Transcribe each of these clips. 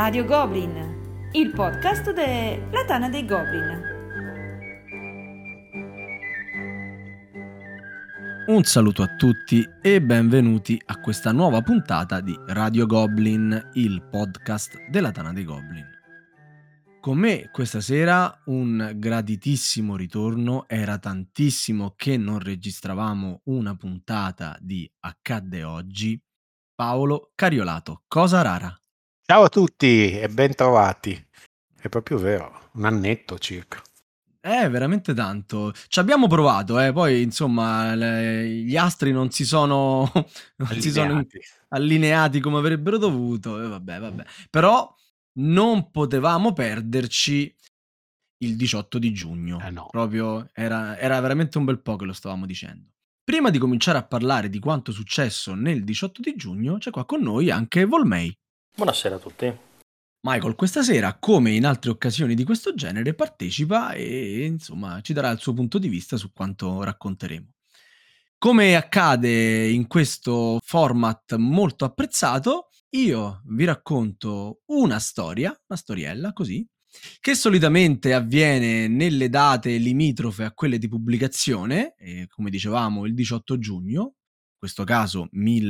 Radio Goblin, il podcast della Tana dei Goblin. Un saluto a tutti e benvenuti a questa nuova puntata di Radio Goblin, il podcast della Tana dei Goblin. Con me questa sera un graditissimo ritorno, era tantissimo che non registravamo una puntata di Accadde Oggi. Paolo Cariolato, cosa rara. Ciao a tutti e ben trovati. È proprio vero, un annetto circa. Veramente tanto. Ci abbiamo provato, poi insomma gli astri non si sono allineati come avrebbero dovuto. Vabbè. Però non potevamo perderci il 18 di giugno. No. Proprio era veramente un bel po' che lo stavamo dicendo. Prima di cominciare a parlare di quanto è successo nel 18 di giugno, c'è qua con noi anche Volmei. Buonasera a tutti. Michael questa sera, come in altre occasioni di questo genere, partecipa e insomma ci darà il suo punto di vista su quanto racconteremo. Come accade in questo format molto apprezzato, io vi racconto una storiella così, che solitamente avviene nelle date limitrofe a quelle di pubblicazione, come dicevamo il 18 giugno, in questo caso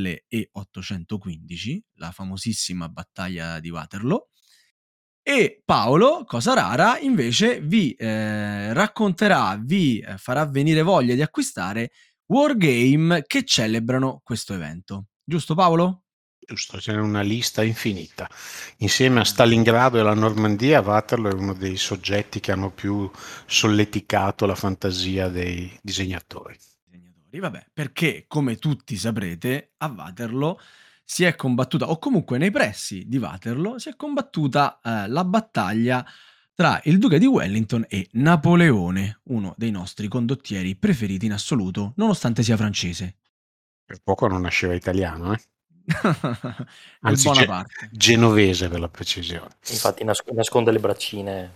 1815, la famosissima battaglia di Waterloo. E Paolo, cosa rara, invece vi racconterà, vi farà venire voglia di acquistare wargame che celebrano questo evento. Giusto Paolo? Giusto, c'è una lista infinita. Insieme a Stalingrado e la Normandia, Waterloo è uno dei soggetti che hanno più solleticato la fantasia dei disegnatori. Vabbè, perché come tutti saprete, a Waterloo si è combattuta, o comunque nei pressi di Waterloo, si è combattuta la battaglia tra il duca di Wellington e Napoleone, uno dei nostri condottieri preferiti in assoluto, nonostante sia francese. Per poco non nasceva italiano, Anzi, Bonaparte. Genovese per la precisione. Infatti nasconde le braccine.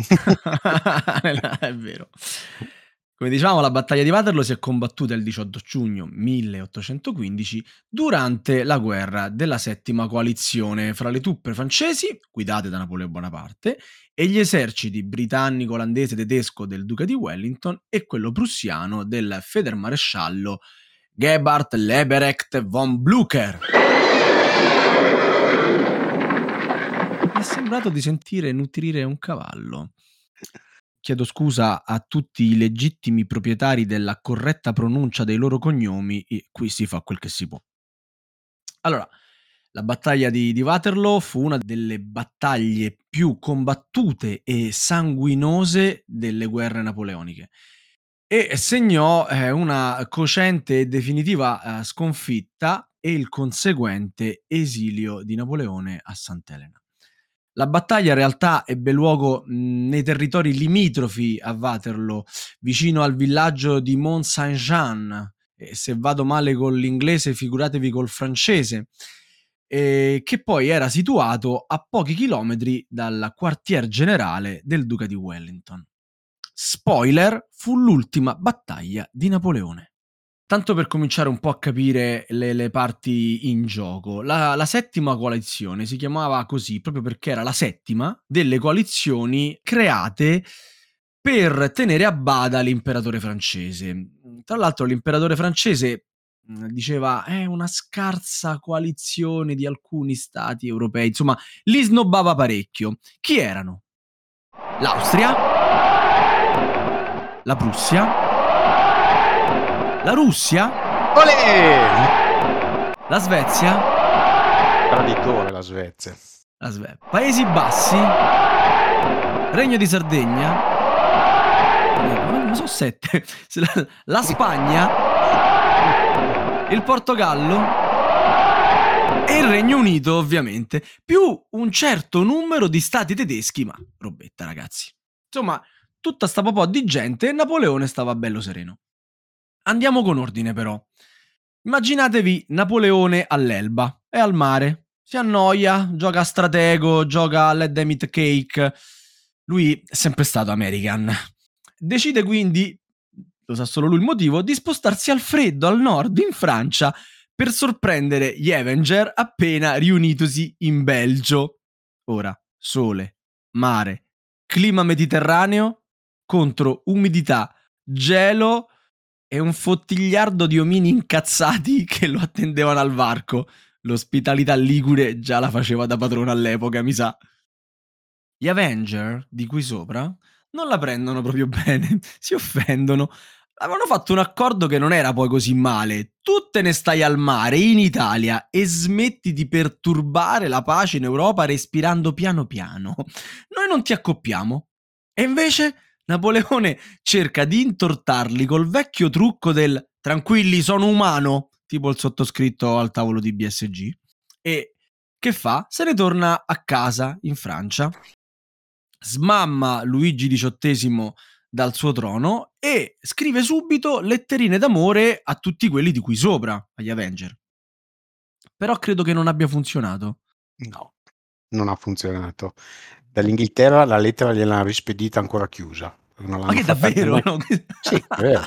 È vero. Come dicevamo, la battaglia di Waterloo si è combattuta il 18 giugno 1815 durante la guerra della settima coalizione fra le truppe francesi, guidate da Napoleone Bonaparte, e gli eserciti britannico, olandese, tedesco del duca di Wellington e quello prussiano del feldmaresciallo Gebhard Leberecht von Blücher. Mi è sembrato di sentire nutrire un cavallo. Chiedo scusa a tutti i legittimi proprietari della corretta pronuncia dei loro cognomi, e qui si fa quel che si può. Allora, la battaglia di Waterloo fu una delle battaglie più combattute e sanguinose delle guerre napoleoniche e segnò una cocente e definitiva sconfitta e il conseguente esilio di Napoleone a Sant'Elena. La battaglia in realtà ebbe luogo nei territori limitrofi a Waterloo, vicino al villaggio di Mont Saint-Jean, e se vado male con l'inglese figuratevi col francese, che poi era situato a pochi chilometri dal quartier generale del duca di Wellington. Spoiler, fu l'ultima battaglia di Napoleone. Tanto per cominciare un po' a capire le parti in gioco, la settima coalizione si chiamava così proprio perché era la settima delle coalizioni create per tenere a bada l'imperatore francese. Tra l'altro l'imperatore francese diceva è una scarsa coalizione di alcuni stati europei, insomma li snobbava parecchio. Chi erano? L'Austria, la Prussia, la Russia, Olè! La Svezia, Traditore la Svezia. Paesi Bassi, Regno di Sardegna, ma sono 7, la Spagna, il Portogallo e il Regno Unito ovviamente, più un certo numero di stati tedeschi, ma robetta ragazzi. Insomma, tutta sta popò di gente e Napoleone stava bello sereno. Andiamo con ordine però. Immaginatevi Napoleone all'Elba, è al mare, si annoia, gioca a stratego, gioca a Let Them Eat Cake. Lui è sempre stato American. Decide quindi, lo sa solo lui il motivo, di spostarsi al freddo, al nord, in Francia, per sorprendere gli Avenger appena riunitosi in Belgio. Ora, sole, mare, clima mediterraneo contro umidità, gelo e un fottigliardo di omini incazzati che lo attendevano al varco. L'ospitalità ligure già la faceva da padrona all'epoca, mi sa. Gli Avenger, di qui sopra, non la prendono proprio bene, si offendono. Avevano fatto un accordo che non era poi così male. Tu te ne stai al mare, in Italia, e smetti di perturbare la pace in Europa respirando piano piano. Noi non ti accoppiamo. E invece Napoleone cerca di intortarli col vecchio trucco del tranquilli, sono umano, tipo il sottoscritto al tavolo di BSG. E che fa? Se ne torna a casa in Francia, smamma Luigi XVIII dal suo trono e scrive subito letterine d'amore a tutti quelli di qui sopra, agli Avenger. Però credo che non abbia funzionato. No, non ha funzionato. Dall'Inghilterra la lettera gliel'hanno rispedita ancora chiusa. Non Ma l'hanno che fatta davvero? neanche- No? Sì, è vero.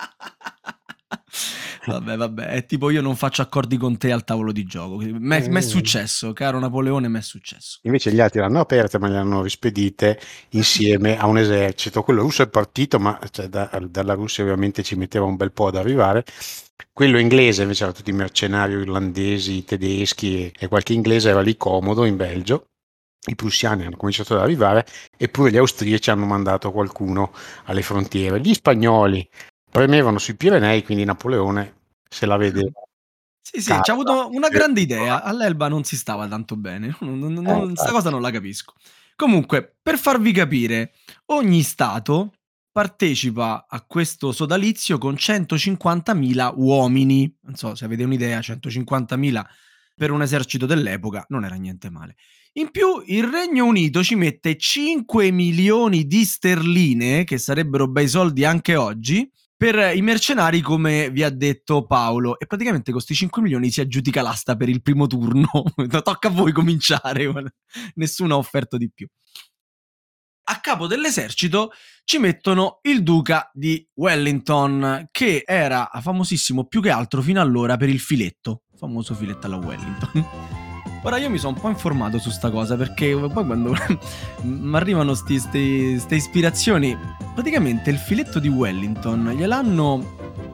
Vabbè, è tipo io non faccio accordi con te al tavolo di gioco. M'è successo, caro Napoleone, m'è successo. Invece gli altri l'hanno aperte, ma le hanno rispedite insieme a un esercito. Quello russo è partito, ma cioè, dalla Russia ovviamente ci metteva un bel po' ad arrivare. Quello inglese invece erano tutti mercenari irlandesi, tedeschi e qualche inglese era lì comodo in Belgio. I prussiani hanno cominciato ad arrivare, eppure gli austriaci hanno mandato qualcuno alle frontiere. Gli spagnoli premevano sui Pirenei, quindi Napoleone se la vede. Sì, c'ha avuto una grande idea. All'Elba non si stava tanto bene. Sta cosa non la capisco. Comunque, per farvi capire, ogni stato partecipa a questo sodalizio con 150.000 uomini. Non so se avete un'idea, 150.000 per un esercito dell'epoca non era niente male. In più, il Regno Unito ci mette 5 milioni di sterline, che sarebbero bei soldi anche oggi, per i mercenari, come vi ha detto Paolo, e praticamente con questi 5 milioni si aggiudica l'asta per il primo turno. Tocca a voi cominciare, nessuno ha offerto di più. A capo dell'esercito ci mettono il duca di Wellington, che era famosissimo più che altro fino allora per il filetto, il famoso filetto alla Wellington. Ora io mi sono un po' informato su sta cosa, perché poi quando mi arrivano ste ispirazioni, praticamente il filetto di Wellington gliel'hanno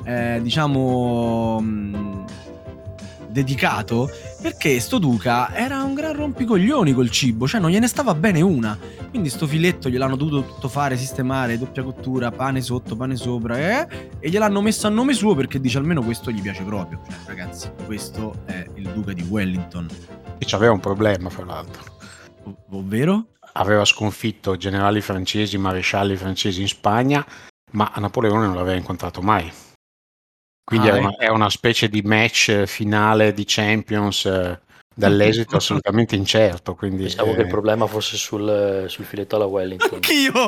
dedicato perché sto duca era un gran rompicoglioni col cibo, cioè non gliene stava bene una, quindi sto filetto gliel'hanno dovuto tutto fare, sistemare, doppia cottura, pane sotto, pane sopra, e gliel'hanno messo a nome suo perché dice almeno questo gli piace proprio. Cioè ragazzi, questo è il duca di Wellington. E c'aveva un problema, fra l'altro. Ovvero? Aveva sconfitto generali francesi, marescialli francesi in Spagna, ma a Napoleone non l'aveva incontrato mai. Quindi è una specie di match finale di Champions dall'esito assolutamente incerto. Quindi, Pensavo che il problema fosse sul filetto alla Wellington. Anch'io!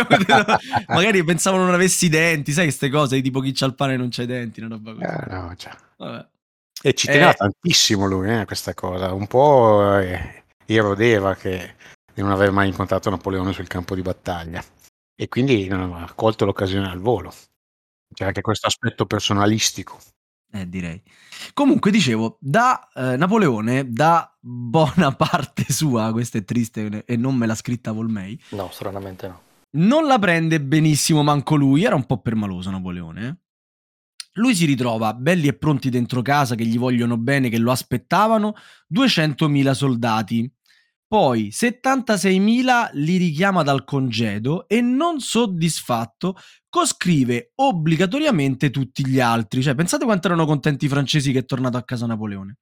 Magari pensavo non avessi i denti, sai queste cose, tipo chi c'ha il pane non c'ha i denti, una roba così. No, cioè. Vabbè. E ci teneva tantissimo lui questa cosa, un po' erodeva che di non aver mai incontrato Napoleone sul campo di battaglia, e quindi ha colto l'occasione al volo. C'è anche questo aspetto personalistico. Direi. Comunque dicevo, da Napoleone, da buona parte sua, questa è triste e non me l'ha scritta Volmei. No, stranamente no. Non la prende benissimo manco lui, era un po' permaloso Napoleone. Lui si ritrova belli e pronti dentro casa, che gli vogliono bene, che lo aspettavano, 200.000 soldati. Poi 76.000 li richiama dal congedo e, non soddisfatto, coscrive obbligatoriamente tutti gli altri. Cioè, pensate quanto erano contenti i francesi che è tornato a casa Napoleone.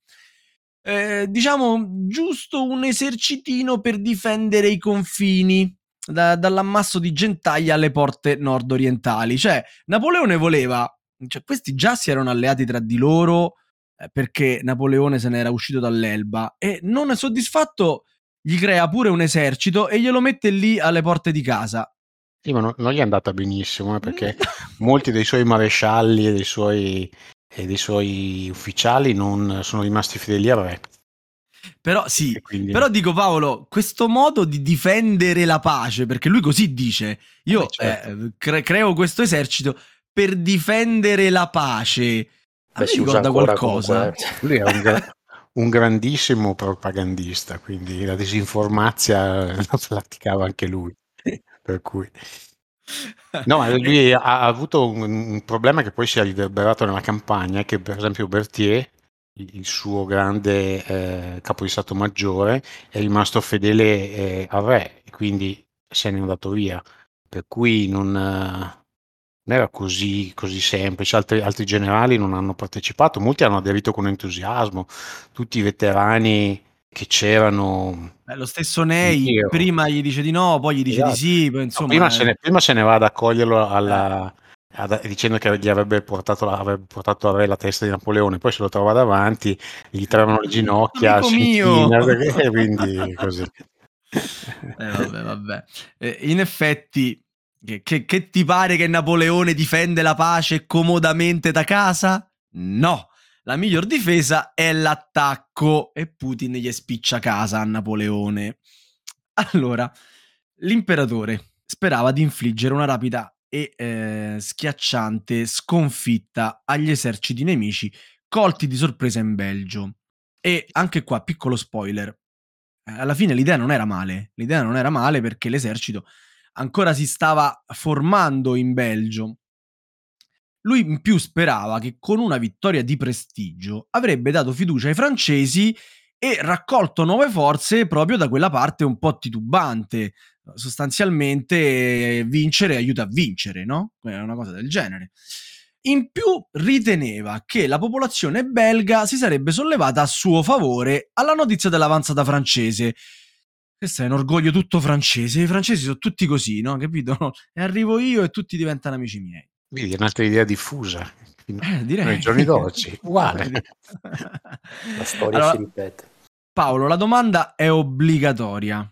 Diciamo, giusto un esercitino per difendere i confini dall'ammasso di gentaglia alle porte nord-orientali. Cioè, Napoleone voleva... Cioè, questi già si erano alleati tra di loro perché Napoleone se n'era uscito dall'Elba, e non è soddisfatto gli crea pure un esercito e glielo mette lì alle porte di casa. Sì, ma non gli è andata benissimo, perché molti dei suoi marescialli e dei suoi ufficiali non sono rimasti fedeli al re. Però sì, però dico Paolo, questo modo di difendere la pace, perché lui così dice, io certo. Creo questo esercito per difendere la pace. A me si ricorda usa qualcosa. Lui è un grandissimo propagandista, quindi la disinformazia la praticava anche lui. Per cui no, ma lui ha avuto un problema che poi si è riverberato nella campagna, che per esempio Berthier, il suo grande capo di Stato Maggiore, è rimasto fedele al re, e quindi se n'è andato via. Per cui non era così semplice. Altri generali non hanno partecipato, molti hanno aderito con entusiasmo, tutti i veterani che c'erano Lo stesso in Ney giro. prima gli dice di no, poi gli dice di Esatto. sì, poi No, insomma... prima se ne va ad accoglierlo dicendo che gli avrebbe portato al re la testa di Napoleone, poi se lo trova davanti, gli tremano le ginocchia, Amico si mio! inchina, e quindi così. Vabbè. In effetti, che ti pare che Napoleone difende la pace comodamente da casa? No, la miglior difesa è l'attacco e Putin gli spiccia casa a Napoleone. Allora, l'imperatore sperava di infliggere una rapida e schiacciante sconfitta agli eserciti nemici colti di sorpresa in Belgio. E anche qua, piccolo spoiler, alla fine l'idea non era male. L'idea non era male perché l'esercito ancora si stava formando in Belgio. Lui in più sperava che con una vittoria di prestigio avrebbe dato fiducia ai francesi e raccolto nuove forze proprio da quella parte un po' titubante. Sostanzialmente vincere aiuta a vincere, no? È una cosa del genere. In più riteneva che la popolazione belga si sarebbe sollevata a suo favore alla notizia dell'avanzata francese. Questo è un orgoglio tutto francese. I francesi sono tutti così, no? Capito? E arrivo io e tutti diventano amici miei. Vedi, è un'altra idea diffusa nei Direi. giorni d'oggi, uguale. La storia si Allora, ripete. Paolo, la domanda è obbligatoria.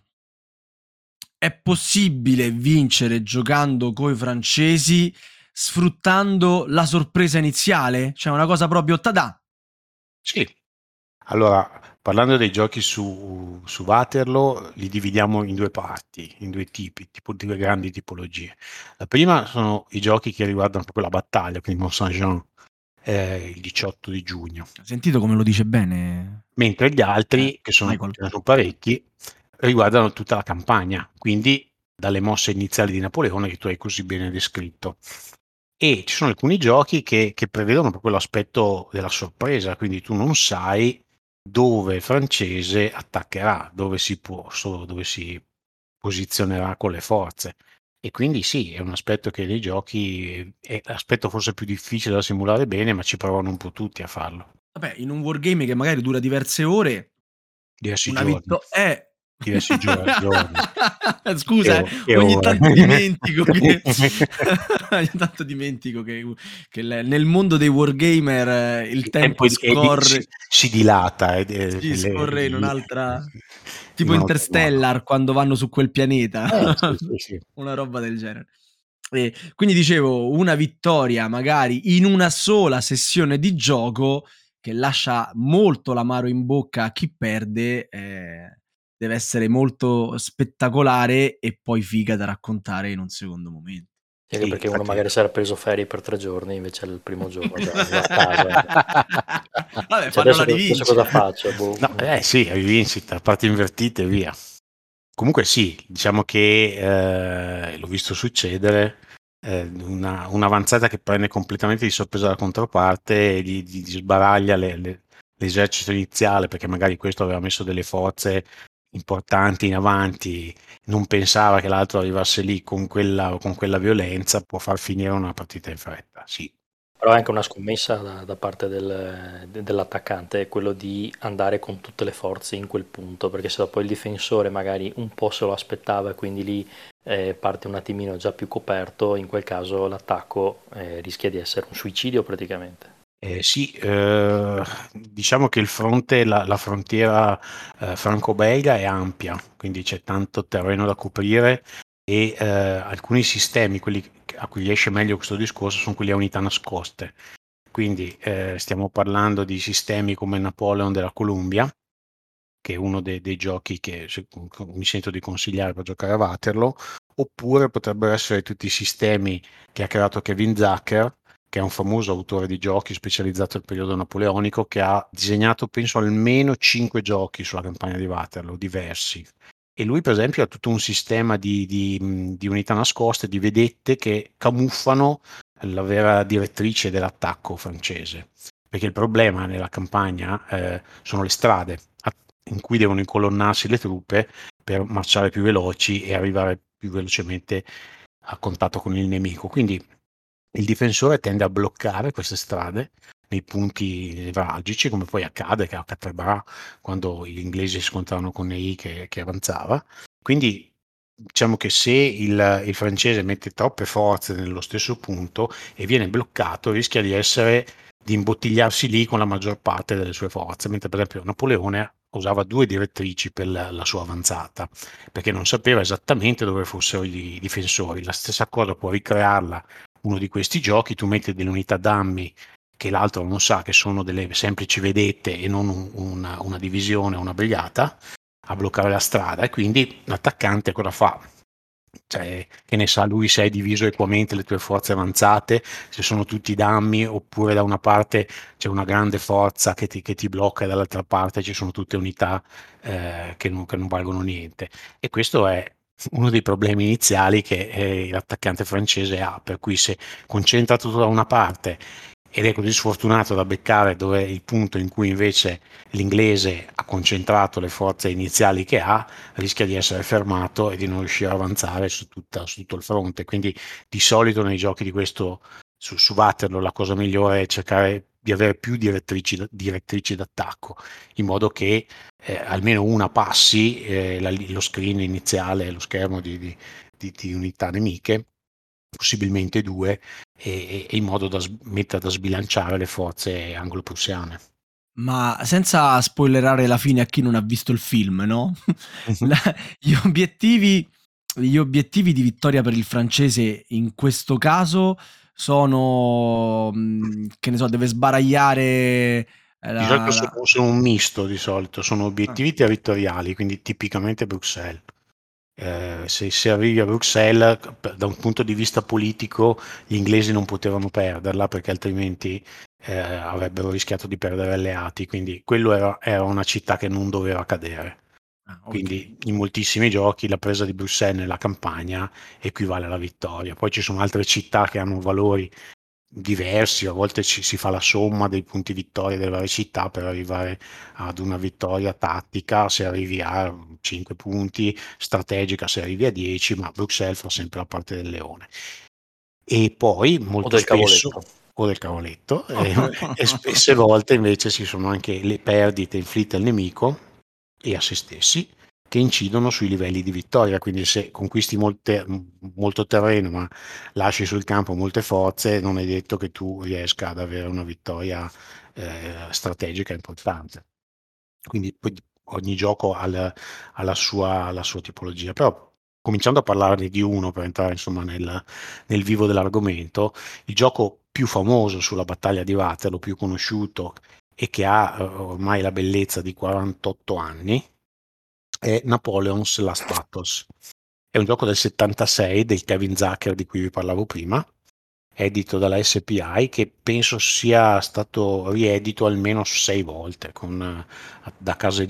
È possibile vincere giocando coi francesi sfruttando la sorpresa iniziale? Cioè una cosa proprio tada! Sì. Allora, parlando dei giochi su Waterloo, li dividiamo in due parti, in due tipi, tipo due grandi tipologie. La prima sono i giochi che riguardano proprio la battaglia, quindi Mont Saint-Jean, il 18 di giugno. Hai sentito come lo dice bene? Mentre gli altri, che ce Michael. ne sono parecchi, riguardano tutta la campagna, quindi dalle mosse iniziali di Napoleone che tu hai così bene descritto. E ci sono alcuni giochi che prevedono proprio l'aspetto della sorpresa, quindi tu non sai dove il francese attaccherà, dove si posizionerà con le forze. E quindi sì, è un aspetto che nei giochi è l'aspetto forse più difficile da simulare bene, ma ci provano un po' tutti a farlo. Vabbè, in un wargame che magari dura diverse ore, Diversi una giorni. vittoria... Diversi giorni. Scusa, Che ogni ore. tanto dimentico che nel mondo dei wargamer il tempo scorre si dilata. si scorre in un'altra in tipo un altro modo. Interstellar quando vanno su quel pianeta. Sì. Una roba del genere. E quindi dicevo, una vittoria magari in una sola sessione di gioco che lascia molto l'amaro in bocca a chi perde, deve essere molto spettacolare e poi figa da raccontare in un secondo momento. Sì, anche perché uno magari si era preso ferie per 3 giorni, invece il primo giorno già arriva a casa. Vabbè, Cioè, fanno la adesso rivincita. cosa faccio? Boh. No, sì, rivincita, parti invertite e via. Comunque sì, diciamo che l'ho visto succedere, un'avanzata che prende completamente di sorpresa la controparte e gli sbaraglia l'esercito iniziale, perché magari questo aveva messo delle forze importanti in avanti, non pensava che l'altro arrivasse lì con quella violenza, può far finire una partita in fretta, sì. Però è anche una scommessa da parte dell'attaccante, quello di andare con tutte le forze in quel punto, perché se dopo il difensore magari un po' se lo aspettava e quindi lì parte un attimino già più coperto, in quel caso l'attacco rischia di essere un suicidio praticamente. Sì, diciamo che il fronte, la frontiera franco-belga è ampia, quindi c'è tanto terreno da coprire e alcuni sistemi, quelli a cui riesce meglio questo discorso, sono quelli a unità nascoste. Quindi stiamo parlando di sistemi come Napoleon della Columbia, che è uno dei giochi che mi sento di consigliare per giocare a Waterloo, oppure potrebbero essere tutti i sistemi che ha creato Kevin Zucker, che è un famoso autore di giochi specializzato nel periodo napoleonico, che ha disegnato penso almeno 5 giochi sulla campagna di Waterloo, diversi. E lui per esempio ha tutto un sistema di unità nascoste, di vedette che camuffano la vera direttrice dell'attacco francese. Perché il problema nella campagna sono le strade in cui devono incolonnarsi le truppe per marciare più veloci e arrivare più velocemente a contatto con il nemico. Quindi il difensore tende a bloccare queste strade nei punti nevralgici, come poi accade che a Catrebra, quando gli inglesi si scontravano con Ney che avanzava. Quindi diciamo che se il francese mette troppe forze nello stesso punto e viene bloccato, rischia di imbottigliarsi lì con la maggior parte delle sue forze, mentre per esempio Napoleone usava 2 direttrici per la sua avanzata, perché non sapeva esattamente dove fossero i difensori. La stessa cosa può ricrearla uno di questi giochi, tu metti delle unità dammi che l'altro non sa, che sono delle semplici vedette e non una divisione, una brigata, a bloccare la strada, e quindi l'attaccante cosa fa? Cioè, che ne sa lui se hai diviso equamente le tue forze avanzate, se sono tutti dammi, oppure da una parte c'è una grande forza che ti blocca e dall'altra parte ci sono tutte unità che non valgono niente. E questo è uno dei problemi iniziali che l'attaccante francese ha, per cui se concentra tutto da una parte ed è così sfortunato da beccare dove è il punto in cui invece l'inglese ha concentrato le forze iniziali che ha, rischia di essere fermato e di non riuscire a avanzare su tutto il fronte. Quindi di solito nei giochi di questo, su Waterloo, la cosa migliore è cercare di avere più direttrici d'attacco, in modo che almeno una passi lo screen iniziale, lo schermo di unità nemiche, possibilmente 2, e in modo da mettere da sbilanciare le forze anglo-prussiane. Ma senza spoilerare la fine a chi non ha visto il film, no? Gli obiettivi di vittoria per il francese in questo caso sono, che ne so, deve sbaragliare Di solito sono un misto, di solito sono obiettivi territoriali, quindi tipicamente Bruxelles. Se arrivi a Bruxelles, da un punto di vista politico, gli inglesi non potevano perderla, perché altrimenti avrebbero rischiato di perdere alleati, quindi quello era una città che non doveva cadere. Okay. Quindi in moltissimi giochi la presa di Bruxelles nella campagna equivale alla vittoria. Poi ci sono altre città che hanno valori diversi, a volte si fa la somma dei punti vittoria delle varie città per arrivare ad una vittoria tattica, se arrivi a 5 punti, strategica se arrivi a 10, ma Bruxelles fa sempre la parte del leone. E poi molto spesso o del cavoletto e spesse volte invece ci sono anche le perdite inflitte al nemico e a se stessi, che incidono sui livelli di vittoria. Quindi se conquisti molto terreno ma lasci sul campo molte forze, non è detto che tu riesca ad avere una vittoria strategica importante. Quindi poi ogni gioco ha la sua tipologia, però cominciando a parlarne di uno per entrare insomma nel vivo dell'argomento, il gioco più famoso sulla battaglia di Waterloo, più conosciuto e che ha ormai la bellezza di 48 anni, è Napoleon's Last Battles. È un gioco del 76 del Kevin Zucker di cui vi parlavo prima, edito dalla SPI, che penso sia stato riedito almeno 6 volte da case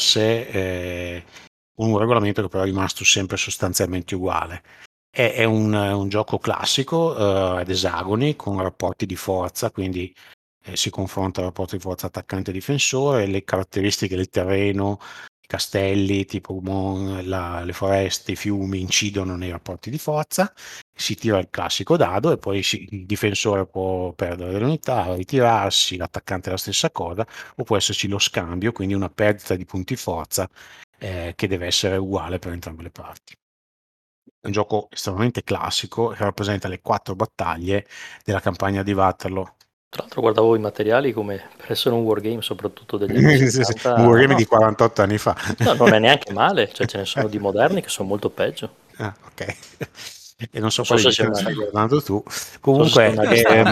diverse, con un regolamento che però è rimasto sempre sostanzialmente uguale. È un gioco classico ad esagoni con rapporti di forza, quindi si confronta il rapporto di forza attaccante e difensore, le caratteristiche del terreno, i castelli tipo le foreste, i fiumi incidono nei rapporti di forza, si tira il classico dado e poi il difensore può perdere delle unità, ritirarsi, l'attaccante la stessa cosa, o può esserci lo scambio, quindi una perdita di punti forza che deve essere uguale per entrambe le parti. È un gioco estremamente classico che rappresenta le 4 battaglie della campagna di Waterloo. Tra l'altro guardavo i materiali come per essere un wargame, soprattutto degli anni 70. Un wargame di 48 anni fa. No, non è neanche male, cioè ce ne sono di moderni che sono molto peggio. Ah, ok. E non so Non so quale se stai guardando tu. Comunque, Ma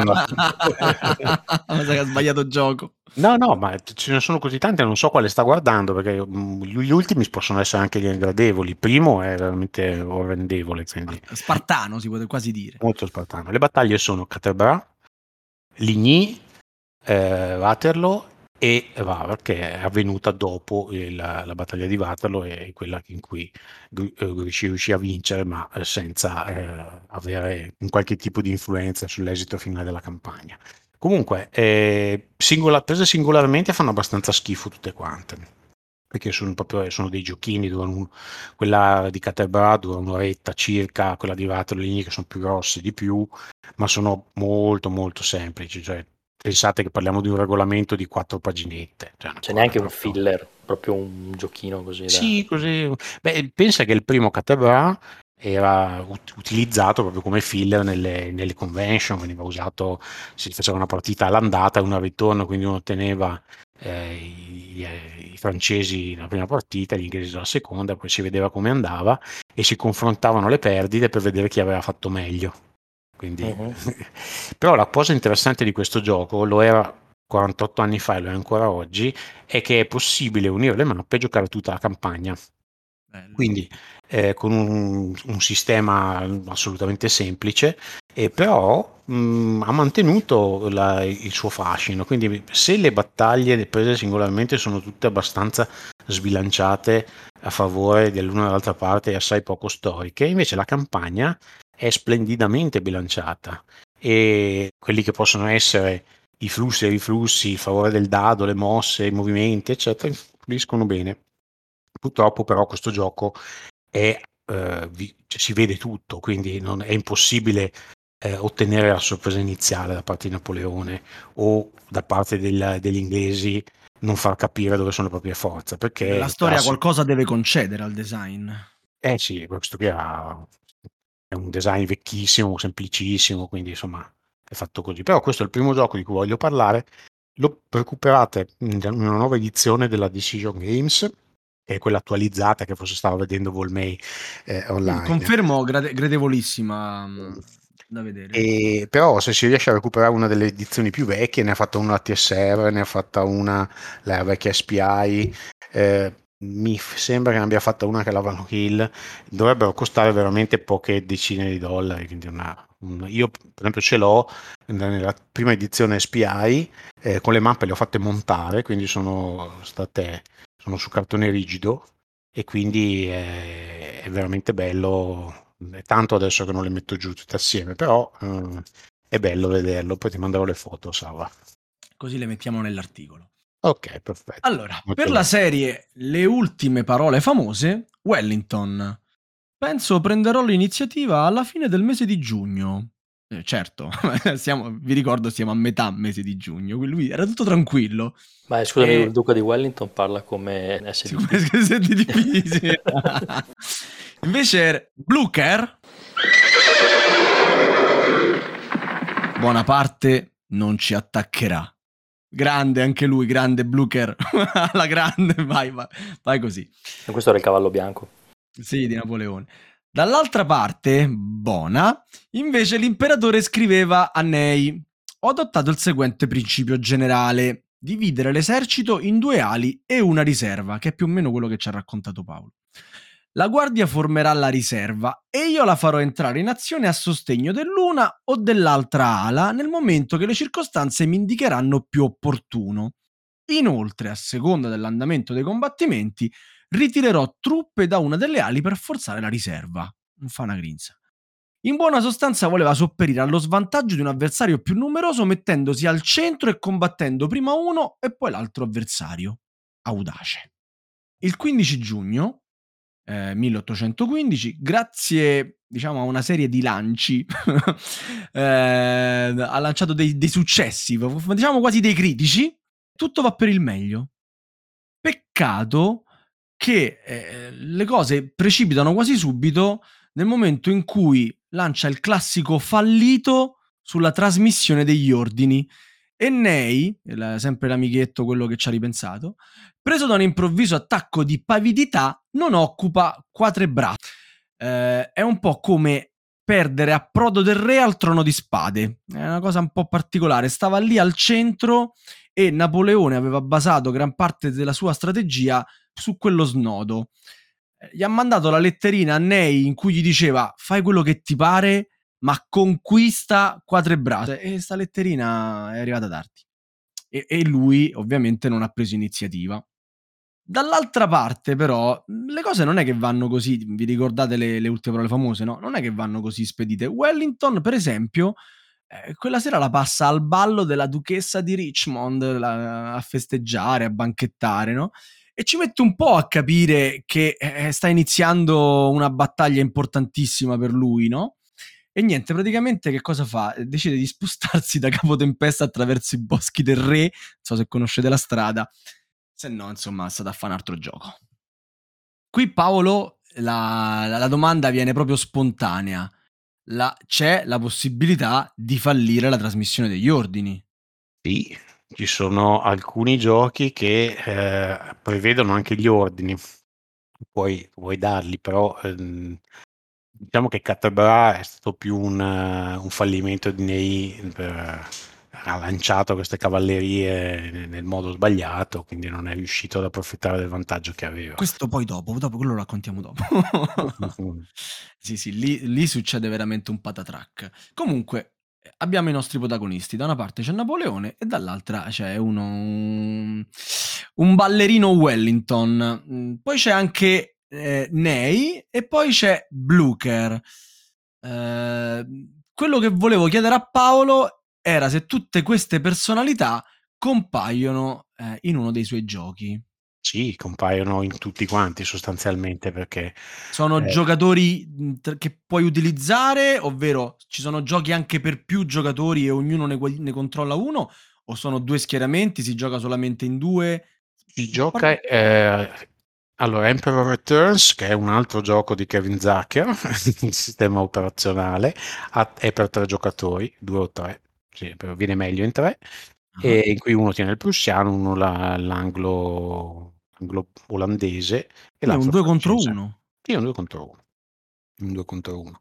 sa che ha sbagliato gioco. no, ma ce ne sono così tanti, non so quale sta guardando, perché gli ultimi possono essere anche gli ingradevoli. Il primo è veramente orrendevole, quindi Spartano si può quasi dire. molto spartano. Le battaglie sono Catrebra, Ligny, Waterloo e Var, che è avvenuta dopo la battaglia di Waterloo, e quella in cui riuscì a vincere, ma senza avere un qualche tipo di influenza sull'esito finale della campagna. Comunque, prese singolarmente fanno abbastanza schifo tutte quante, perché sono dei giochini, quella di Caterbra dura un'oretta circa, quella di Waterloo che sono più grosse di più, ma sono molto molto semplici, cioè pensate che parliamo di un regolamento di 4 paginette. C'è neanche un filler, proprio un giochino così. Sì, così. Beh, pensa che il primo Caterbra era utilizzato proprio come filler nelle convention, veniva usato, si faceva una partita all'andata e una al ritorno, quindi uno teneva i francesi la prima partita, gli inglesi la seconda, poi si vedeva come andava e si confrontavano le perdite per vedere chi aveva fatto meglio. Quindi, però la cosa interessante di questo gioco, lo era 48 anni fa e lo è ancora oggi, è che è possibile unire le mappe e giocare tutta la campagna. Bello. Quindi con un sistema assolutamente semplice, però ha mantenuto il suo fascino. Quindi se le battaglie prese singolarmente sono tutte abbastanza sbilanciate a favore dell'una o dell'altra parte e assai poco storiche, invece la campagna è splendidamente bilanciata, e quelli che possono essere i flussi e i riflussi, il favore del dado, le mosse, i movimenti, eccetera, influiscono bene. Purtroppo però questo gioco si vede tutto, quindi è impossibile ottenere la sorpresa iniziale da parte di Napoleone o da parte degli inglesi, non far capire dove sono le proprie forze, perché La storia qualcosa deve concedere al design. Sì, questo qui è un design vecchissimo, semplicissimo, quindi insomma è fatto così. Però questo è il primo gioco di cui voglio parlare. Lo recuperate in una nuova edizione della Decision Games, che è quella attualizzata che forse stava vedendo Volmei online. Confermo, gradevolissima da vedere. Però se si riesce a recuperare una delle edizioni più vecchie, ne ha fatta una la TSR, ne ha fatta una la vecchia SPI, mi sembra che ne abbia fatta una che è la Van Hill, dovrebbero costare veramente poche decine di dollari, quindi io per esempio ce l'ho nella prima edizione SPI, con le mappe le ho fatte montare, quindi sono su cartone rigido, e quindi è veramente bello. È tanto adesso che non le metto giù tutte assieme, però è bello vederlo. Poi ti manderò le foto, Sava. Così le mettiamo nell'articolo. Ok, perfetto. Allora, per la serie Le ultime parole famose, Wellington. Penso prenderò l'iniziativa alla fine del mese di giugno. Certo, vi ricordo siamo a metà mese di giugno, lui era tutto tranquillo. Ma scusami, il duca di Wellington parla come SDP. Sì. Invece Blucher, Bonaparte non ci attaccherà. Grande anche lui, grande Blucher, alla grande, vai così. E questo era il cavallo bianco. Sì, di Napoleone. Dall'altra parte, Bona, invece l'imperatore scriveva a Ney: ho adottato il seguente principio generale: dividere l'esercito in 2 ali e una riserva, che è più o meno quello che ci ha raccontato Paolo. La guardia formerà la riserva e io la farò entrare in azione a sostegno dell'una o dell'altra ala nel momento che le circostanze mi indicheranno più opportuno. Inoltre, a seconda dell'andamento dei combattimenti, ritirerò truppe da una delle ali per forzare la riserva. Non fa una grinza. In buona sostanza voleva sopperire allo svantaggio di un avversario più numeroso mettendosi al centro e combattendo prima uno e poi l'altro avversario. Audace. Il 15 giugno 1815, grazie diciamo a una serie di lanci, ha lanciato dei successi, diciamo quasi dei critici. Tutto va per il meglio. Peccato che le cose precipitano quasi subito nel momento in cui lancia il classico fallito sulla trasmissione degli ordini, e Ney, sempre l'amichetto, quello che ci ha ripensato, preso da un improvviso attacco di pavidità, non occupa Quatre-Bras. È un po' come perdere approdo del re al trono di spade. È una cosa un po' particolare. Stava lì al centro e Napoleone aveva basato gran parte della sua strategia su quello snodo. Gli ha mandato la letterina a Ney in cui gli diceva: fai quello che ti pare, ma conquista Quatrebrato. E sta letterina è arrivata tardi. E lui ovviamente non ha preso iniziativa. Dall'altra parte però le cose non è che vanno così, vi ricordate le ultime parole famose, no? Non è che vanno così spedite. Wellington, per esempio, quella sera la passa al ballo della duchessa di Richmond, a festeggiare, a banchettare, no? E ci mette un po' a capire che sta iniziando una battaglia importantissima per lui, no? E niente, praticamente che cosa fa? Decide di spostarsi da Capotempesta attraverso i boschi del re, non so se conoscete la strada, se no, insomma, è stato a fare un altro gioco. Qui Paolo, la domanda viene proprio spontanea. C'è la possibilità di fallire la trasmissione degli ordini. Sì, ci sono alcuni giochi che prevedono anche gli ordini. Puoi darli, però diciamo che Catebra è stato più un fallimento di Ney, ha lanciato queste cavallerie nel modo sbagliato, quindi non è riuscito ad approfittare del vantaggio che aveva. Questo poi dopo quello lo raccontiamo dopo. Sì, lì succede veramente un patatrack. Comunque, abbiamo i nostri protagonisti. Da una parte c'è Napoleone e dall'altra c'è un ballerino Wellington. Poi c'è anche Ney e poi c'è Blucher. Quello che volevo chiedere a Paolo era se tutte queste personalità compaiono in uno dei suoi giochi. Sì, compaiono in tutti quanti sostanzialmente, perché sono giocatori che puoi utilizzare, ovvero ci sono giochi anche per più giocatori e ognuno ne controlla uno, o sono due schieramenti, si gioca solamente in due? si gioca allora Emperor Returns, che è un altro gioco di Kevin Zucker, il sistema operazionale, è per 3 giocatori, 2 o 3, sì, però viene meglio in 3, e in cui uno tiene il prussiano, uno l'anglo-olandese e Quindi è un l'altro 2 contro francese. 1. Sì, è un 2 contro 1. Un 2 contro 1.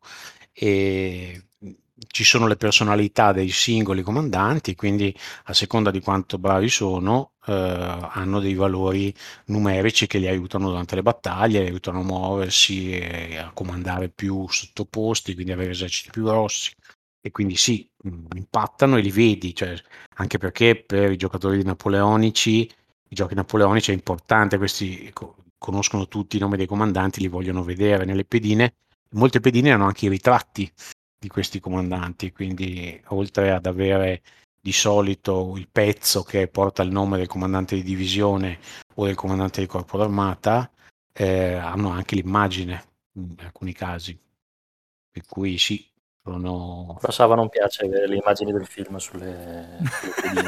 E ci sono le personalità dei singoli comandanti, quindi a seconda di quanto bravi sono, hanno dei valori numerici che li aiutano durante le battaglie, li aiutano a muoversi e a comandare più sottoposti, quindi avere eserciti più grossi. E quindi sì, impattano e li vedi, cioè, anche perché per i giocatori napoleonici, i giochi napoleonici è importante, questi conoscono tutti i nomi dei comandanti, li vogliono vedere nelle pedine. Molte pedine hanno anche i ritratti di questi comandanti, quindi oltre ad avere di solito il pezzo che porta il nome del comandante di divisione o del comandante di corpo d'armata, hanno anche l'immagine in alcuni casi, per cui sì, sono... A Sava non piace vedere le immagini del film sulle pedine.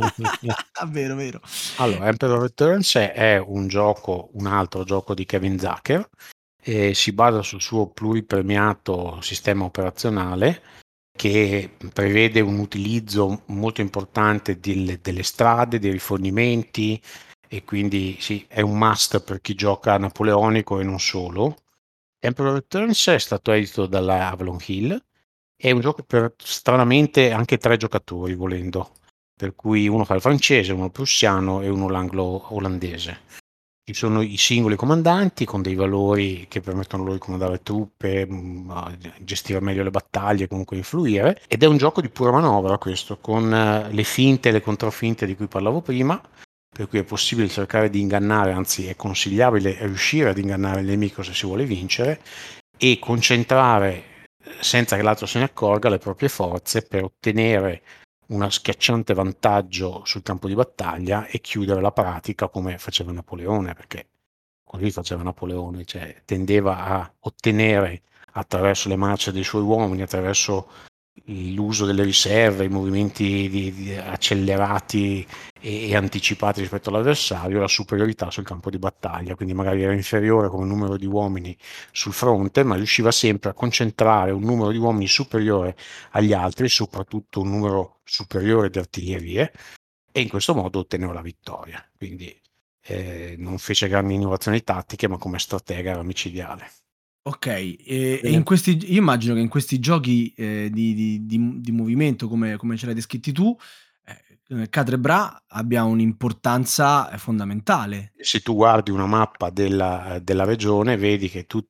Vero, vero. Allora, Emperor Returns è un altro gioco di Kevin Zucker, e si basa sul suo pluripremiato sistema operazionale che prevede un utilizzo molto importante delle strade, dei rifornimenti, e quindi sì, è un must per chi gioca napoleonico e non solo. Emperor Returns è stato edito dalla Avalon Hill, è un gioco per stranamente anche 3 giocatori volendo, per cui uno fa il francese, uno il prussiano e uno l'anglo-olandese. Ci sono i singoli comandanti con dei valori che permettono loro di comandare truppe, gestire meglio le battaglie, comunque influire, ed è un gioco di pura manovra questo, con le finte e le controfinte di cui parlavo prima, per cui è possibile cercare di ingannare, anzi è consigliabile riuscire ad ingannare il nemico se si vuole vincere, e concentrare senza che l'altro se ne accorga le proprie forze per ottenere uno schiacciante vantaggio sul campo di battaglia e chiudere la pratica come faceva Napoleone, perché così faceva Napoleone, cioè tendeva a ottenere attraverso le marce dei suoi uomini, attraverso l'uso delle riserve, i movimenti accelerati e anticipati rispetto all'avversario, la superiorità sul campo di battaglia, quindi magari era inferiore come numero di uomini sul fronte, ma riusciva sempre a concentrare un numero di uomini superiore agli altri, soprattutto un numero superiore di artiglierie, e in questo modo otteneva la vittoria. Quindi non fece grandi innovazioni tattiche, ma come stratega era micidiale. Ok, e io immagino che in questi giochi di movimento, come ce l'hai descritti tu, Catrebra abbia un'importanza fondamentale. Se tu guardi una mappa della regione, vedi che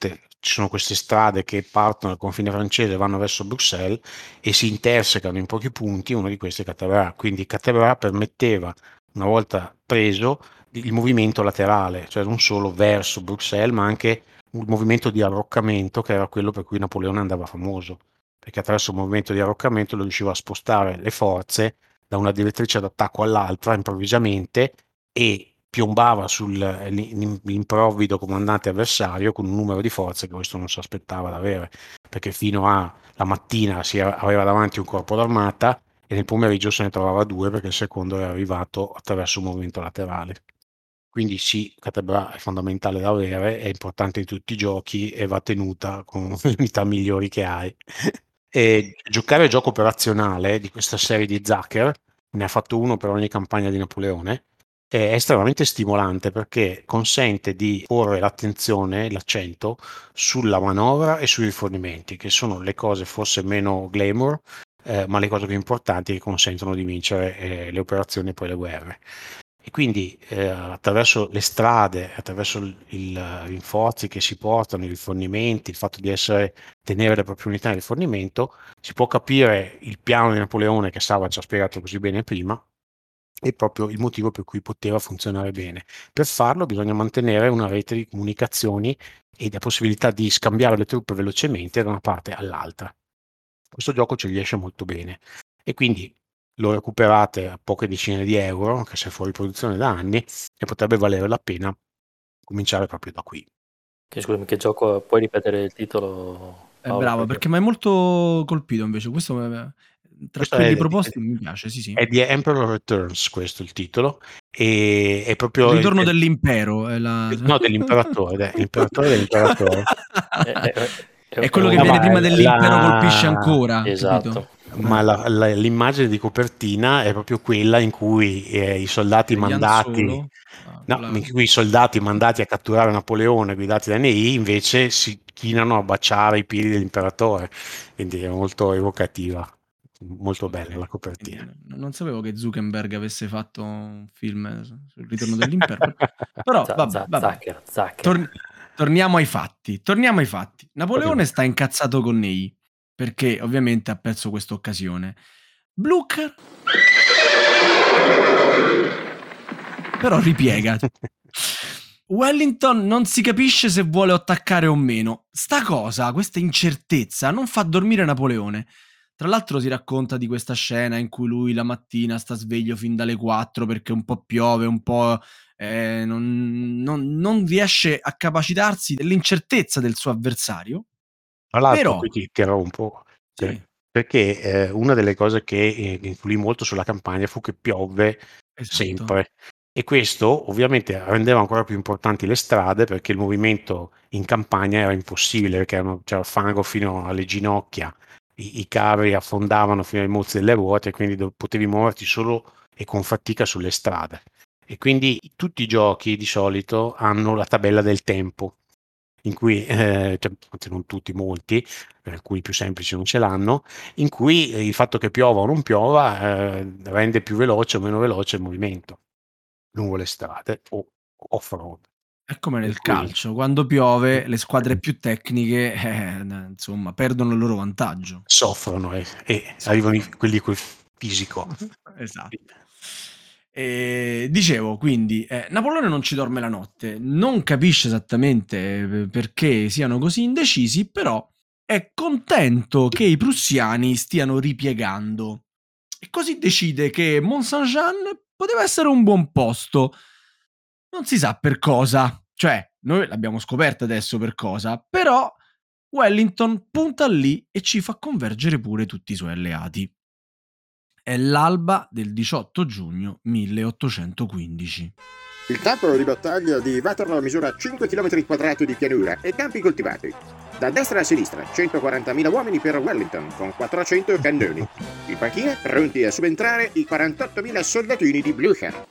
ci sono queste strade che partono dal confine francese e vanno verso Bruxelles e si intersecano in pochi punti, uno di questi è Cattedrah. Quindi Cattedrah permetteva, una volta preso, il movimento laterale, cioè non solo verso Bruxelles, ma anche un movimento di arroccamento, che era quello per cui Napoleone andava famoso, perché attraverso il movimento di arroccamento lo riusciva a spostare le forze da una direttrice d'attacco all'altra improvvisamente e piombava sull'improvvido comandante avversario con un numero di forze che questo non si aspettava di avere, perché fino alla mattina aveva davanti un corpo d'armata e nel pomeriggio se ne trovava due perché il secondo era arrivato attraverso un movimento laterale. Quindi sì, Cattedrah è fondamentale da avere, è importante in tutti i giochi e va tenuta con le unità migliori che hai. E giocare il gioco operazionale di questa serie di Zacher, ne ha fatto uno per ogni campagna di Napoleone, è estremamente stimolante perché consente di porre l'attenzione, l'accento sulla manovra e sui rifornimenti, che sono le cose forse meno glamour, ma le cose più importanti che consentono di vincere le operazioni e poi le guerre. E quindi attraverso le strade, attraverso i rinforzi che si portano, i rifornimenti, il fatto di tenere le proprie unità in rifornimento, si può capire il piano di Napoleone che Sava ci ha spiegato così bene prima e proprio il motivo per cui poteva funzionare bene. Per farlo bisogna mantenere una rete di comunicazioni e la possibilità di scambiare le truppe velocemente da una parte all'altra. Questo gioco ci riesce molto bene e quindi lo recuperate a poche decine di euro, che se fuori produzione da anni, e potrebbe valere la pena cominciare proprio da qui. Scusami, che gioco, puoi ripetere il titolo, È Paolo? bravo, perché mi hai molto colpito invece. Questo tra Questo quelli proposti mi piace, sì, sì. È The Emperor Returns, questo è il titolo, e è Il proprio ritorno dell'impero. no, dell'imperatore, l'imperatore dell'imperatore. È quello che No, viene ma prima dell'impero colpisce ancora, capito? Esatto. ma l'immagine di copertina è proprio quella in cui i soldati Ian mandati, Solo. in cui i soldati mandati a catturare Napoleone guidati da Ney invece si chinano a baciare i piedi dell'imperatore, quindi è molto evocativa, molto bella la copertina. Non sapevo che Zuckerberg avesse fatto un film sul ritorno dell'impero, però vabbè. Zacher. Torniamo ai fatti. Napoleone sta incazzato con Ney perché ovviamente ha perso questa occasione. Blucher però ripiega. Wellington non si capisce se vuole attaccare o meno. Questa incertezza non fa dormire Napoleone. Tra l'altro si racconta di questa scena in cui lui la mattina sta sveglio fin dalle 4 perché un po' piove, un po' non riesce a capacitarsi dell'incertezza del suo avversario. Tra l'altro, Però qui ti interrompo, sì, perché una delle cose che influì molto sulla campagna fu che piovve esatto. sempre. E questo ovviamente rendeva ancora più importanti le strade perché il movimento in campagna era impossibile perché c'era fango fino alle ginocchia, i carri affondavano fino ai mozzi delle ruote, quindi potevi muoverti solo e con fatica sulle strade. E quindi tutti i giochi di solito hanno la tabella del tempo, in cui, non tutti, molti, alcuni più semplici non ce l'hanno, in cui il fatto che piova o non piova rende più veloce o meno veloce il movimento lungo le strade o off-road. è come nel calcio, quando piove le squadre più tecniche insomma perdono il loro vantaggio. Soffrono e arrivano quelli col fisico. Esatto. Dicevo quindi, Napoleone non ci dorme la notte, non capisce esattamente perché siano così indecisi, però è contento che i prussiani stiano ripiegando e così decide che Mont-Saint-Jean poteva essere un buon posto. Non si sa per cosa, cioè noi l'abbiamo scoperto adesso per cosa, però Wellington punta lì e ci fa convergere pure tutti i suoi alleati. È l'alba del 18 giugno 1815. Il campo di battaglia di Waterloo misura 5 km quadrati di pianura e campi coltivati. Da destra a sinistra 140.000 uomini per Wellington con 400 cannoni. In panchina pronti a subentrare i 48.000 soldatini di Blücher.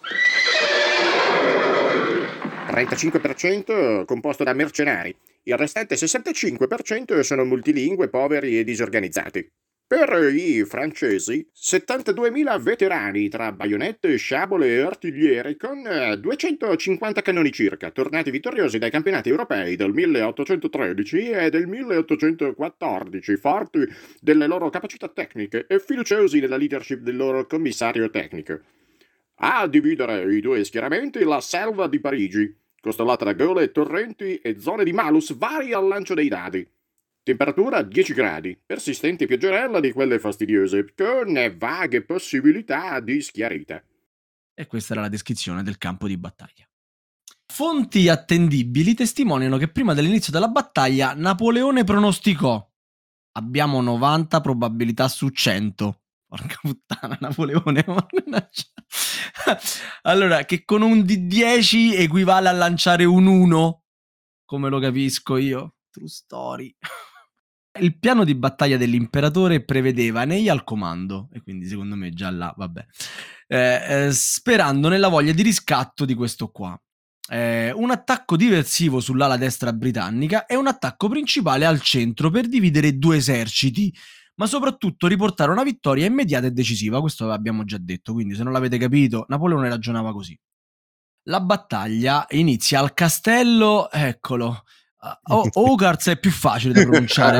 35% composto da mercenari. Il restante 65% sono multilingue, poveri e disorganizzati. Per i francesi, 72.000 veterani tra baionette, sciabole e artiglieri con 250 cannoni circa, tornati vittoriosi dai campionati europei del 1813 e del 1814, forti delle loro capacità tecniche e fiduciosi della leadership del loro commissario tecnico. A dividere i due schieramenti la selva di Parigi, costellata da gole, torrenti e zone di malus vari al lancio dei dadi. Temperatura 10 gradi, persistenti pioggerella di quelle fastidiose, con vaghe possibilità di schiarita. E questa era la descrizione del campo di battaglia. Fonti attendibili testimoniano che prima dell'inizio della battaglia Napoleone pronosticò: abbiamo 90 probabilità su 100. Porca puttana, Napoleone. Allora, che con un D10 equivale a lanciare un 1, come lo capisco io. True story. Il piano di battaglia dell'imperatore prevedeva Ney al comando, e quindi secondo me già là, vabbè, sperando nella voglia di riscatto di questo qua. Un attacco diversivo sull'ala destra britannica e un attacco principale al centro per dividere due eserciti, ma soprattutto riportare una vittoria immediata e decisiva. Questo l'abbiamo già detto, quindi se non l'avete capito, Napoleone ragionava così. La battaglia inizia al castello, eccolo. Hogarth è più facile da pronunciare.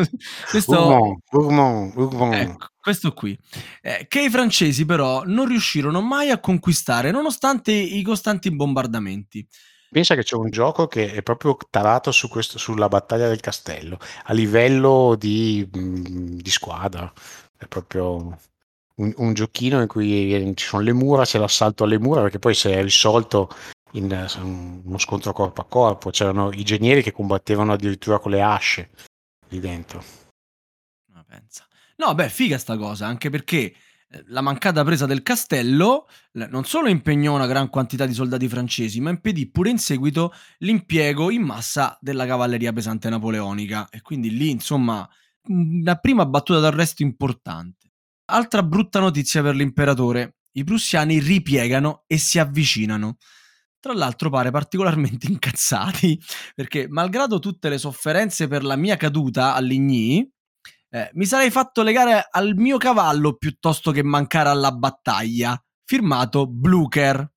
Questo qui. Che i francesi però non riuscirono mai a conquistare nonostante i costanti bombardamenti. Pensa che c'è un gioco che è proprio tarato su questo, sulla battaglia del castello, a livello di squadra. È proprio un giochino in cui ci sono le mura, c'è l'assalto alle mura, perché poi si è risolto in uno scontro corpo a corpo. C'erano i genieri che combattevano addirittura con le asce lì dentro. Ma pensa. No, beh, figa sta cosa, anche perché la mancata presa del castello non solo impegnò una gran quantità di soldati francesi, ma impedì pure in seguito l'impiego in massa della cavalleria pesante napoleonica. E quindi lì, insomma, una prima battuta d'arresto importante. Altra brutta notizia per l'imperatore: i prussiani ripiegano e si avvicinano. Tra l'altro pare particolarmente incazzati, perché malgrado tutte le sofferenze per la mia caduta a Ligny, mi sarei fatto legare al mio cavallo piuttosto che mancare alla battaglia. Firmato Blucher.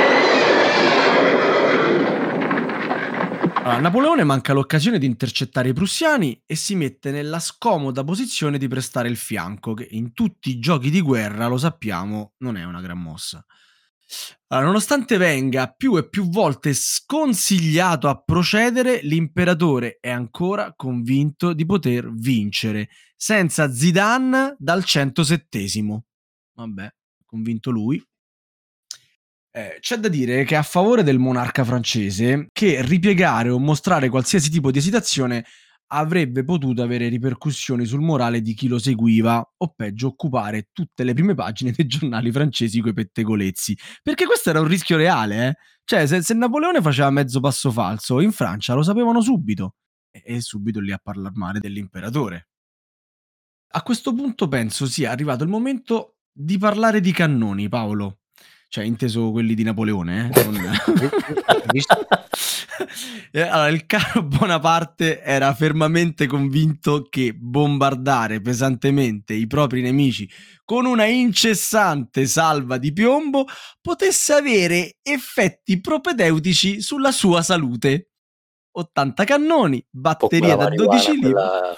Allora, Napoleone manca l'occasione di intercettare i prussiani e si mette nella scomoda posizione di prestare il fianco, che in tutti i giochi di guerra, lo sappiamo, non è una gran mossa. Allora, nonostante venga più e più volte sconsigliato a procedere, l'imperatore è ancora convinto di poter vincere, senza Zidane dal 107esimo. Vabbè, convinto lui. C'è da dire che è a favore del monarca francese che ripiegare o mostrare qualsiasi tipo di esitazione avrebbe potuto avere ripercussioni sul morale di chi lo seguiva, o peggio occupare tutte le prime pagine dei giornali francesi coi pettegolezzi, perché questo era un rischio reale, Cioè, se Napoleone faceva mezzo passo falso, in Francia lo sapevano subito, e subito lì a parlare male dell'imperatore. A questo punto penso sia arrivato il momento di parlare di cannoni, Paolo. Cioè, inteso quelli di Napoleone, Allora, il caro Bonaparte era fermamente convinto che bombardare pesantemente i propri nemici con una incessante salva di piombo potesse avere effetti propedeutici sulla sua salute. 80 cannoni, batterie da 12 libbre.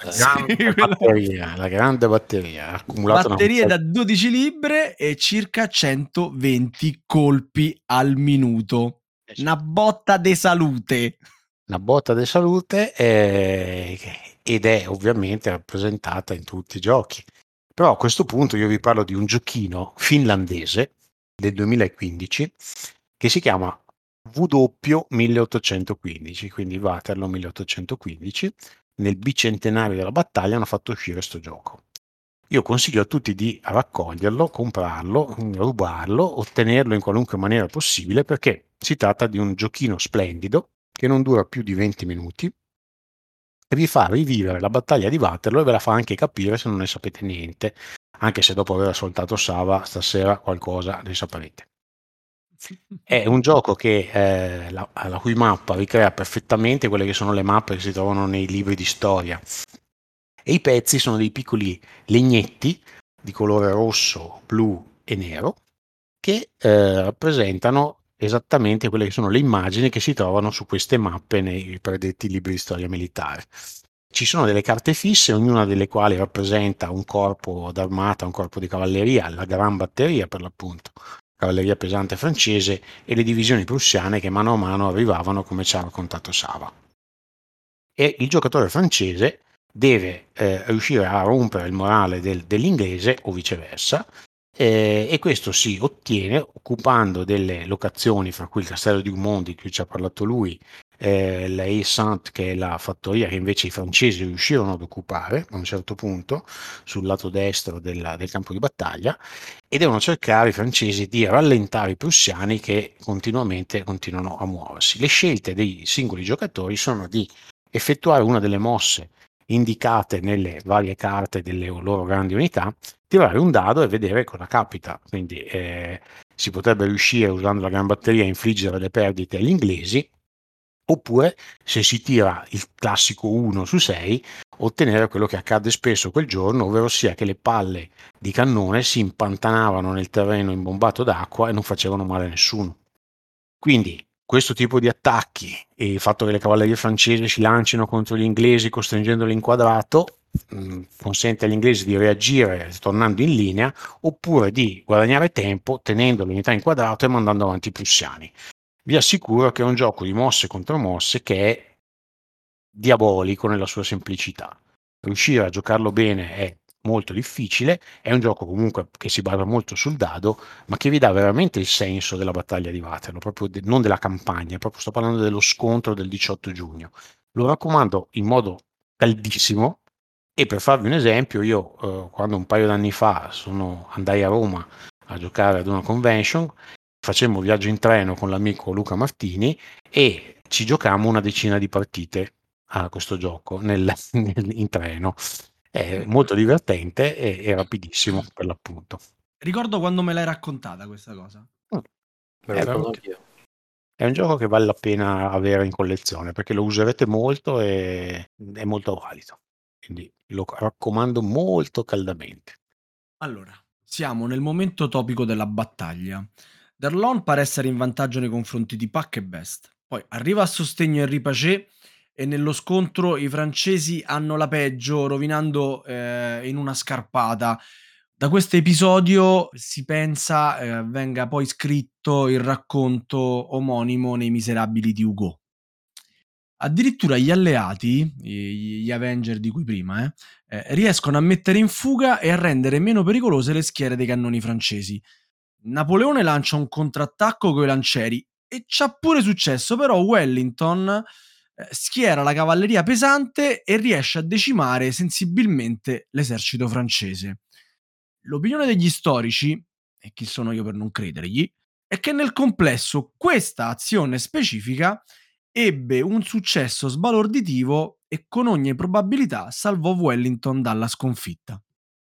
La grande batteria accumulata. Batterie da 12 libbre e circa 120 colpi al minuto. Una botta de salute. Una botta di salute ed è ovviamente rappresentata in tutti i giochi. Però a questo punto io vi parlo di un giochino finlandese del 2015 che si chiama W 1815, quindi Waterloo 1815. Nel bicentenario della battaglia hanno fatto uscire questo gioco. Io consiglio a tutti di raccoglierlo, comprarlo, rubarlo, ottenerlo in qualunque maniera possibile, perché si tratta di un giochino splendido che non dura più di 20 minuti e vi fa rivivere la battaglia di Waterloo e ve la fa anche capire se non ne sapete niente, anche se dopo aver ascoltato Sava stasera qualcosa ne saprete. È un gioco che la cui mappa ricrea perfettamente quelle che sono le mappe che si trovano nei libri di storia e i pezzi sono dei piccoli legnetti di colore rosso, blu e nero che rappresentano esattamente quelle che sono le immagini che si trovano su queste mappe nei predetti libri di storia militare. Ci sono delle carte fisse, ognuna delle quali rappresenta un corpo d'armata, un corpo di cavalleria, la Gran Batteria per l'appunto, cavalleria pesante francese, e le divisioni prussiane che mano a mano arrivavano, come ci ha raccontato Sava. E il giocatore francese deve riuscire a rompere il morale dell'inglese o viceversa, e questo si ottiene occupando delle locazioni, fra cui il castello di Gaumont di cui ci ha parlato lui, la Haie Sainte, che è la fattoria che invece i francesi riuscirono ad occupare a un certo punto sul lato destro del campo di battaglia, e devono cercare i francesi di rallentare i prussiani che continuano a muoversi. Le scelte dei singoli giocatori sono di effettuare una delle mosse indicate nelle varie carte delle loro grandi unità, tirare un dado e vedere cosa capita. Quindi si potrebbe riuscire, usando la Gran Batteria, a infliggere le perdite agli inglesi, oppure, se si tira il classico 1 su 6, ottenere quello che accade spesso quel giorno, ovvero sia che le palle di cannone si impantanavano nel terreno imbombato d'acqua e non facevano male a nessuno. Quindi questo tipo di attacchi e il fatto che le cavallerie francesi si lancino contro gli inglesi costringendoli in quadrato consente agli inglesi di reagire tornando in linea, oppure di guadagnare tempo tenendo l'unità in quadrato e mandando avanti i prussiani. Vi assicuro che è un gioco di mosse contro mosse che è diabolico nella sua semplicità. Riuscire a giocarlo bene è molto difficile, è un gioco comunque che si basa molto sul dado, ma che vi dà veramente il senso della battaglia di Waterloo, proprio non della campagna, proprio sto parlando dello scontro del 18 giugno. Lo raccomando in modo caldissimo, e per farvi un esempio, io quando un paio d'anni fa andai a Roma a giocare ad una convention, facemmo un viaggio in treno con l'amico Luca Martini e ci giocammo una decina di partite a questo gioco in treno. È molto divertente e rapidissimo per l'appunto. Ricordo quando me l'hai raccontata questa cosa. Me lo ricordo anch'io. È un gioco che vale la pena avere in collezione perché lo userete molto e è molto valido. Quindi lo raccomando molto caldamente. Allora, siamo nel momento topico della battaglia. Darlon pare essere in vantaggio nei confronti di Pac e Best. Poi arriva a sostegno Henri Pachet e nello scontro i francesi hanno la peggio, rovinando in una scarpata. Da questo episodio si pensa venga poi scritto il racconto omonimo nei Miserabili di Hugo. Addirittura gli alleati, gli Avenger di cui prima, riescono a mettere in fuga e a rendere meno pericolose le schiere dei cannoni francesi. Napoleone lancia un contrattacco coi lancieri e c'ha pure successo, però Wellington schiera la cavalleria pesante e riesce a decimare sensibilmente l'esercito francese. L'opinione degli storici, e chi sono io per non credergli, è che nel complesso questa azione specifica ebbe un successo sbalorditivo e con ogni probabilità salvò Wellington dalla sconfitta.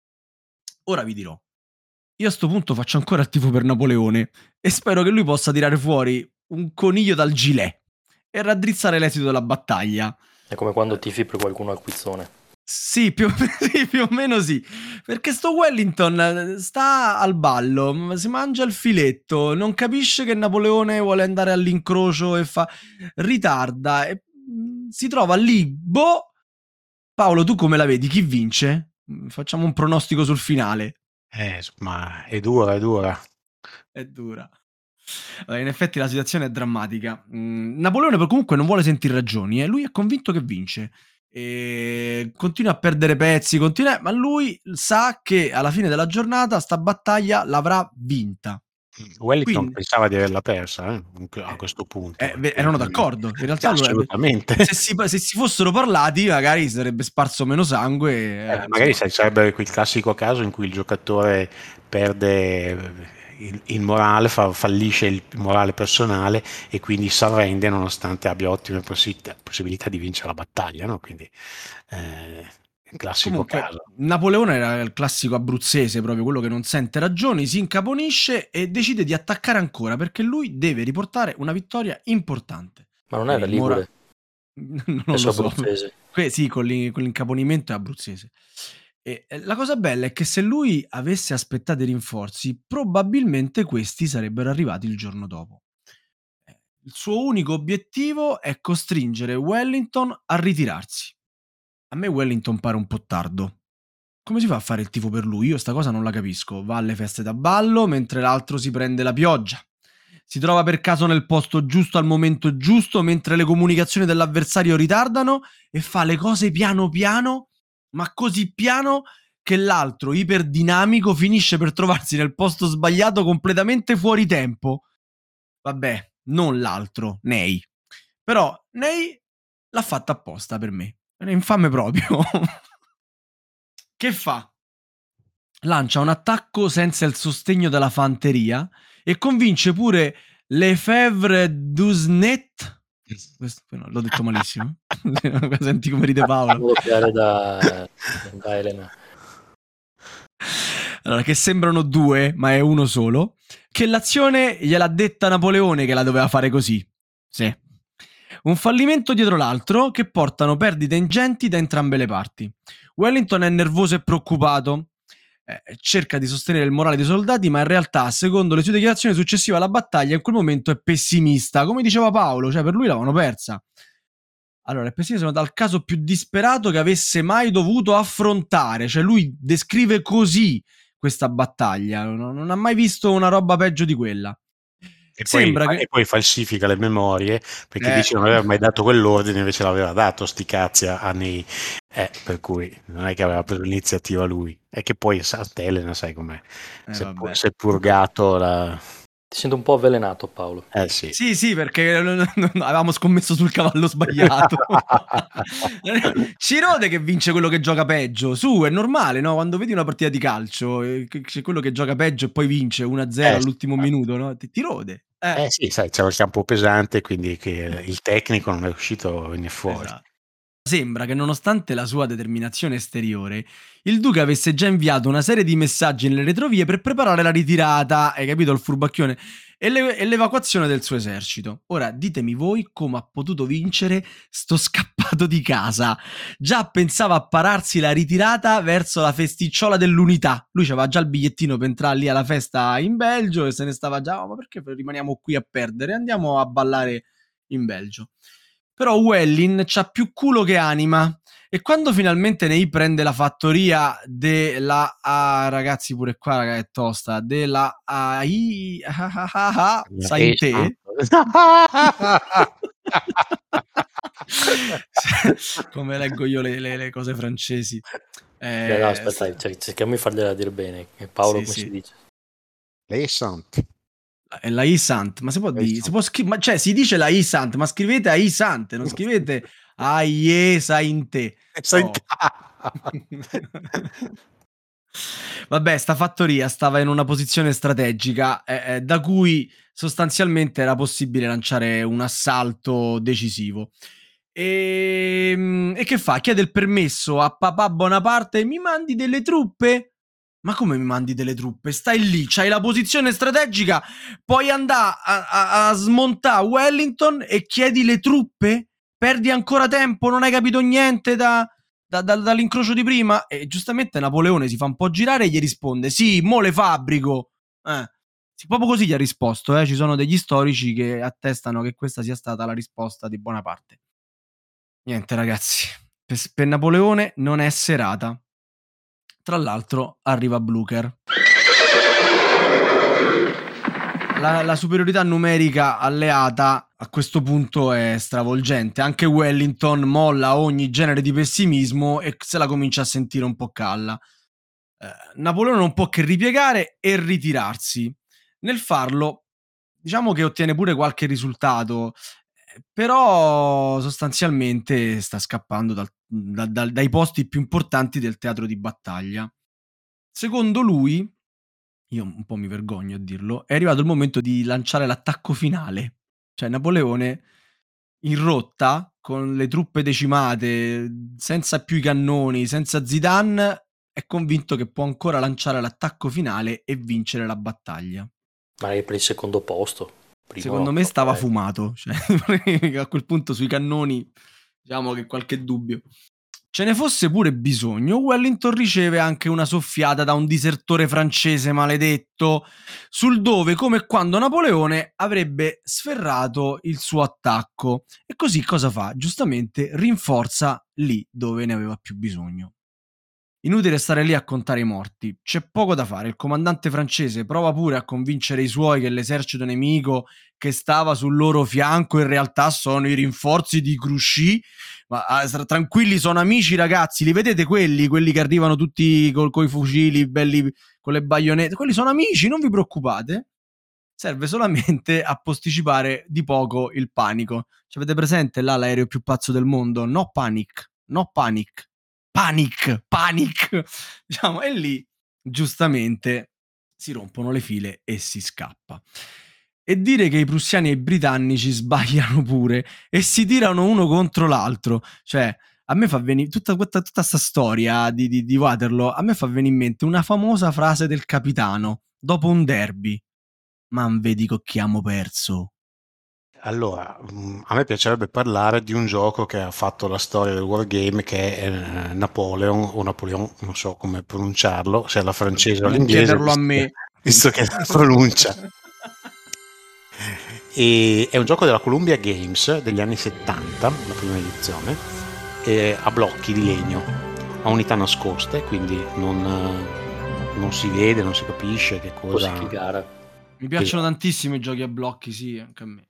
Ora vi dirò, io a sto punto faccio ancora il tifo per Napoleone e spero che lui possa tirare fuori un coniglio dal gilet e raddrizzare l'esito della battaglia. È come quando tifi per qualcuno al quizzone. Sì, più o meno sì, perché sto Wellington sta al ballo, si mangia il filetto, non capisce che Napoleone vuole andare all'incrocio e ritarda e si trova lì, boh. Paolo, tu come la vedi? Chi vince? Facciamo un pronostico sul finale. Ma è dura. È dura. In effetti la situazione è drammatica. Napoleone comunque non vuole sentire ragioni e lui è convinto che vince. E continua a perdere pezzi, ma lui sa che alla fine della giornata sta battaglia l'avrà vinta. Wellington pensava di averla persa a questo punto. Erano d'accordo. In realtà assolutamente. Se si fossero parlati, magari si sarebbe sparso meno sangue. Magari sarebbe quel classico caso in cui il giocatore perde il morale, fallisce il morale personale e quindi si arrende nonostante abbia ottime possibilità di vincere la battaglia, no? Quindi il classico comunque, caso. Napoleone era il classico abruzzese, proprio quello che non sente ragioni, si incaponisce e decide di attaccare ancora perché lui deve riportare una vittoria importante. Ma non era Ligure? Non Adesso lo so. abruzzese. Sì, con l'incaponimento è abruzzese. E la cosa bella è che se lui avesse aspettato i rinforzi, probabilmente questi sarebbero arrivati il giorno dopo. Il suo unico obiettivo è costringere Wellington a ritirarsi. A me Wellington pare un po' tardo. Come si fa a fare il tifo per lui? Io sta cosa non la capisco. Va alle feste da ballo mentre l'altro si prende la pioggia. Si trova per caso nel posto giusto al momento giusto mentre le comunicazioni dell'avversario ritardano e fa le cose piano piano, ma così piano che l'altro iperdinamico finisce per trovarsi nel posto sbagliato completamente fuori tempo. Vabbè, non l'altro, Ney. Però Ney l'ha fatta apposta per me. È infame proprio. Che fa? Lancia un attacco senza il sostegno della fanteria e convince pure Lefebvre Dusnet. Questo no, l'ho detto malissimo. Senti come ride Paolo. Devo doppiare da Elena. Allora, che sembrano due, ma è uno solo. Che l'azione gliel'ha detta Napoleone che la doveva fare così. Sì. Un fallimento dietro l'altro che portano perdite ingenti da entrambe le parti. Wellington è nervoso e preoccupato. Cerca di sostenere il morale dei soldati, ma in realtà, secondo le sue dichiarazioni successive alla battaglia, in quel momento è pessimista. Come diceva Paolo, cioè per lui l'avevano persa. Allora, è pessimista dal caso più disperato che avesse mai dovuto affrontare. Cioè lui descrive così questa battaglia. Non ha mai visto una roba peggio di quella. E poi falsifica le memorie perché dice non aveva mai dato quell'ordine, invece l'aveva dato sti cazzi a Ney, per cui non è che aveva preso l'iniziativa lui, è che poi Sant'Elena sai com'è, si è purgato Ti sento un po' avvelenato, Paolo. Sì, perché avevamo scommesso sul cavallo sbagliato. Ci rode che vince quello che gioca peggio. Su, è normale, no? Quando vedi una partita di calcio, c'è quello che gioca peggio e poi vince 1-0 all'ultimo minuto, no? Ti rode. Sì, sai, c'era il campo pesante, quindi che il tecnico non è riuscito a venire fuori. Esatto. Sembra che nonostante la sua determinazione esteriore, il duca avesse già inviato una serie di messaggi nelle retrovie per preparare la ritirata, hai capito il furbacchione, e l'evacuazione del suo esercito. Ora ditemi voi come ha potuto vincere sto scappato di casa. Già pensava a pararsi la ritirata verso la festicciola dell'unità. Lui aveva già il bigliettino per entrare lì alla festa in Belgio e se ne stava già, ma perché rimaniamo qui a perdere? Andiamo a ballare in Belgio. Però Wellin c'ha più culo che anima e quando finalmente Ney prende la fattoria della ragazzi pure qua raga, è tosta della Sainte come leggo io le cose francesi no, aspetta, cerchiamo di fargliela dire bene. Paolo, come si dice? Lei è Sainte. È la Isant, ma si può dire, cioè si dice la Isant, ma scrivete a Isant, non scrivete a Sainte. Oh. Vabbè, sta fattoria stava in una posizione strategica da cui sostanzialmente era possibile lanciare un assalto decisivo. E che fa? Chiede il permesso a papà Bonaparte, mi mandi delle truppe? Ma come mi mandi delle truppe? Stai lì, c'hai la posizione strategica, puoi andare a smontare Wellington e chiedi le truppe? Perdi ancora tempo, non hai capito niente dall'incrocio di prima? E giustamente Napoleone si fa un po' girare e gli risponde, sì, mo le fabbrico. Sì, proprio così gli ha risposto, ci sono degli storici che attestano che questa sia stata la risposta di Bonaparte. Niente ragazzi, per Napoleone non è serata. Tra l'altro arriva Blucher. La superiorità numerica alleata a questo punto è stravolgente. Anche Wellington molla ogni genere di pessimismo e se la comincia a sentire un po' calla. Napoleone non può che ripiegare e ritirarsi. Nel farlo, diciamo che ottiene pure qualche risultato, però sostanzialmente sta scappando dai posti più importanti del teatro di battaglia. Secondo lui, io un po' mi vergogno a dirlo, è arrivato il momento di lanciare l'attacco finale. Cioè Napoleone in rotta, con le truppe decimate, senza più i cannoni, senza Zidane, è convinto che può ancora lanciare l'attacco finale e vincere la battaglia. Magari per il secondo posto. Secondo me stava fumato, cioè, a quel punto sui cannoni diciamo che qualche dubbio. Ce ne fosse pure bisogno, Wellington riceve anche una soffiata da un disertore francese maledetto, sul dove, come quando Napoleone, avrebbe sferrato il suo attacco. E così cosa fa? Giustamente rinforza lì dove ne aveva più bisogno. Inutile stare lì a contare i morti, c'è poco da fare. Il comandante francese prova pure a convincere i suoi che l'esercito nemico che stava sul loro fianco in realtà sono i rinforzi di Grouchy. Ma tranquilli, sono amici ragazzi, li vedete quelli che arrivano tutti coi fucili belli, con le baionette, quelli sono amici, non vi preoccupate. Serve solamente a posticipare di poco il panico. Cioè, avete presente là l'aereo più pazzo del mondo? No panic, no panic. Panic, diciamo, e lì giustamente si rompono le file e si scappa. E dire che i prussiani e i britannici sbagliano pure e si tirano uno contro l'altro, cioè a me fa venire tutta sta storia di Waterloo, a me fa venire in mente una famosa frase del capitano dopo un derby: ma vedi che abbiamo perso. Allora, a me piacerebbe parlare di un gioco che ha fatto la storia del wargame, che è Napoleon, o Napoleon, non so come pronunciarlo, se è la francese o Non l'inglese, chiederlo a me. visto che la pronuncia. E è un gioco della Columbia Games degli anni 70, la prima edizione, a blocchi di legno, a unità nascoste, quindi non si vede, non si capisce che cosa. Mi piacciono tantissimo i giochi a blocchi, sì, anche a me.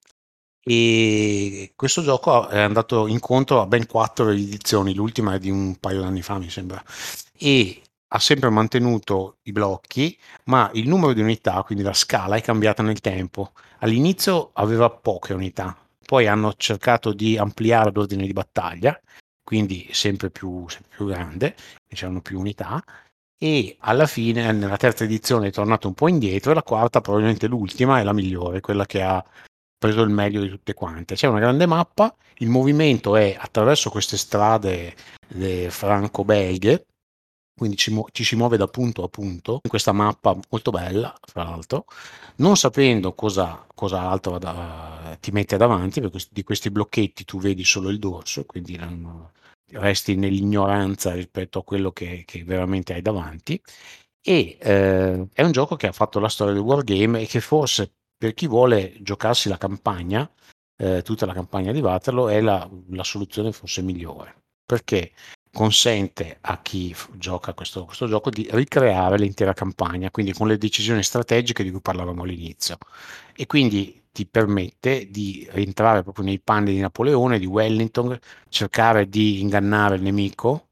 E questo gioco è andato incontro a ben 4 edizioni, l'ultima è di un paio d'anni fa mi sembra, e ha sempre mantenuto i blocchi, ma il numero di unità, quindi la scala, è cambiata nel tempo. All'inizio aveva poche unità, poi hanno cercato di ampliare l'ordine di battaglia, quindi sempre più grande, c'erano più unità, e alla fine nella terza edizione è tornato un po' indietro, e la quarta, probabilmente l'ultima, è la migliore, quella che ha preso il meglio di tutte quante. C'è una grande mappa, il movimento è attraverso queste strade franco-belghe, quindi ci si muove da punto a punto in questa mappa molto bella, fra l'altro, non sapendo cosa altro ti mette davanti, perché di questi blocchetti tu vedi solo il dorso, quindi resti nell'ignoranza rispetto a quello che veramente hai davanti. E è un gioco che ha fatto la storia del wargame e che forse, per chi vuole giocarsi la campagna, tutta la campagna di Waterloo, è la soluzione forse migliore, perché consente a chi gioca questo gioco di ricreare l'intera campagna, quindi con le decisioni strategiche di cui parlavamo all'inizio, e quindi ti permette di rientrare proprio nei panni di Napoleone, di Wellington, cercare di ingannare il nemico,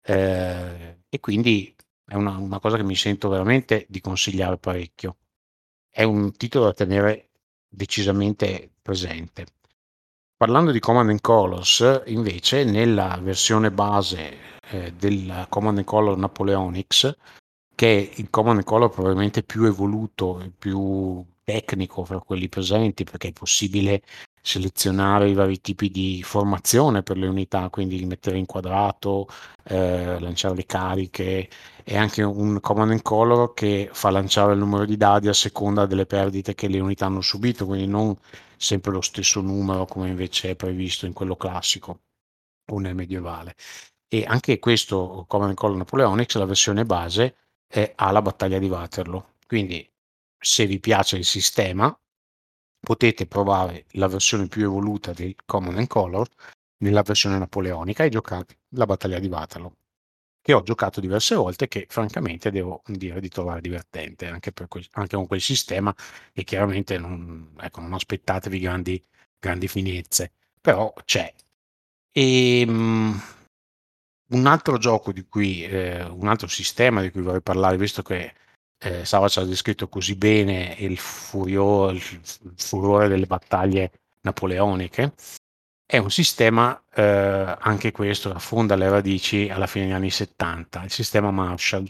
e quindi è una cosa che mi sento veramente di consigliare parecchio. È un titolo da tenere decisamente presente. Parlando di Command & Colors, invece, nella versione base del Command & Color Napoleonics, che è il Command & Color probabilmente più evoluto e più tecnico fra quelli presenti, perché è possibile selezionare i vari tipi di formazione per le unità, quindi mettere in quadrato, lanciare le cariche, e anche un Command & Color che fa lanciare il numero di dadi a seconda delle perdite che le unità hanno subito, quindi non sempre lo stesso numero come invece è previsto in quello classico o nel medievale. E anche questo Command & Color Napoleonics, la versione base, ha la battaglia di Waterloo. Quindi, se vi piace il sistema, potete provare la versione più evoluta del Command & Color nella versione napoleonica e giocare la battaglia di Waterloo, che ho giocato diverse volte, che francamente devo dire di trovare divertente anche con quel sistema, e chiaramente non aspettatevi grandi finezze, però c'è. E un altro gioco un altro sistema di cui vorrei parlare, visto che Sava ci ha descritto così bene il furore delle battaglie napoleoniche, è un sistema, anche questo affonda le radici alla fine degli anni 70, il sistema Marshall,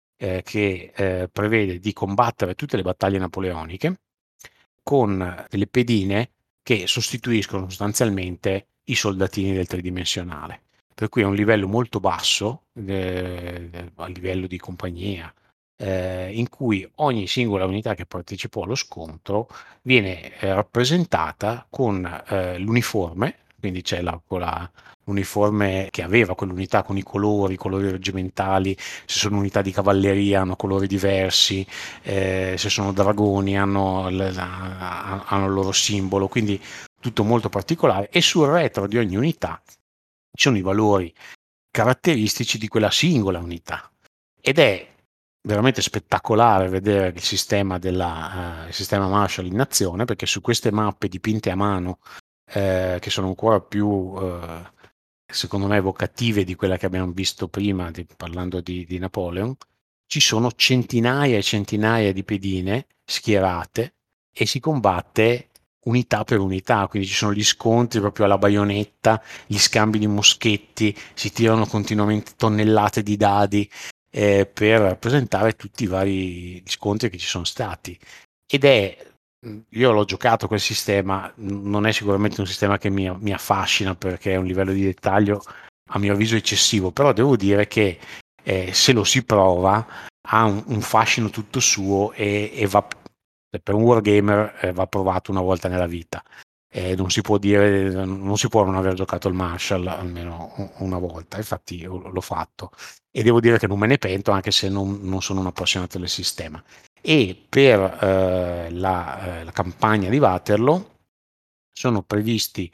che prevede di combattere tutte le battaglie napoleoniche con delle pedine che sostituiscono sostanzialmente i soldatini del tridimensionale. Per cui è un livello molto basso, a livello di compagnia, in cui ogni singola unità che partecipò allo scontro viene rappresentata con l'uniforme quindi c'è l'uniforme che aveva quell'unità con i colori reggimentali, se sono unità di cavalleria hanno colori diversi, se sono dragoni hanno il loro simbolo, quindi tutto molto particolare, e sul retro di ogni unità ci sono i valori caratteristici di quella singola unità, ed è veramente spettacolare vedere il sistema il sistema Marshall in azione, perché su queste mappe dipinte a mano, che sono ancora più secondo me evocative di quella che abbiamo visto prima parlando di Napoleon, ci sono centinaia e centinaia di pedine schierate e si combatte unità per unità, quindi ci sono gli scontri proprio alla baionetta, gli scambi di moschetti, si tirano continuamente tonnellate di dadi per rappresentare tutti i vari scontri che ci sono stati. Ed io l'ho giocato quel sistema, non è sicuramente un sistema che mi affascina, perché è un livello di dettaglio a mio avviso eccessivo, però devo dire che se lo si prova ha un fascino tutto suo, e va, per un wargamer va provato una volta nella vita. Non si può non aver giocato il Marshall almeno una volta, infatti l'ho fatto e devo dire che non me ne pento, anche se non sono un appassionato del sistema. E per la campagna di Waterloo sono previsti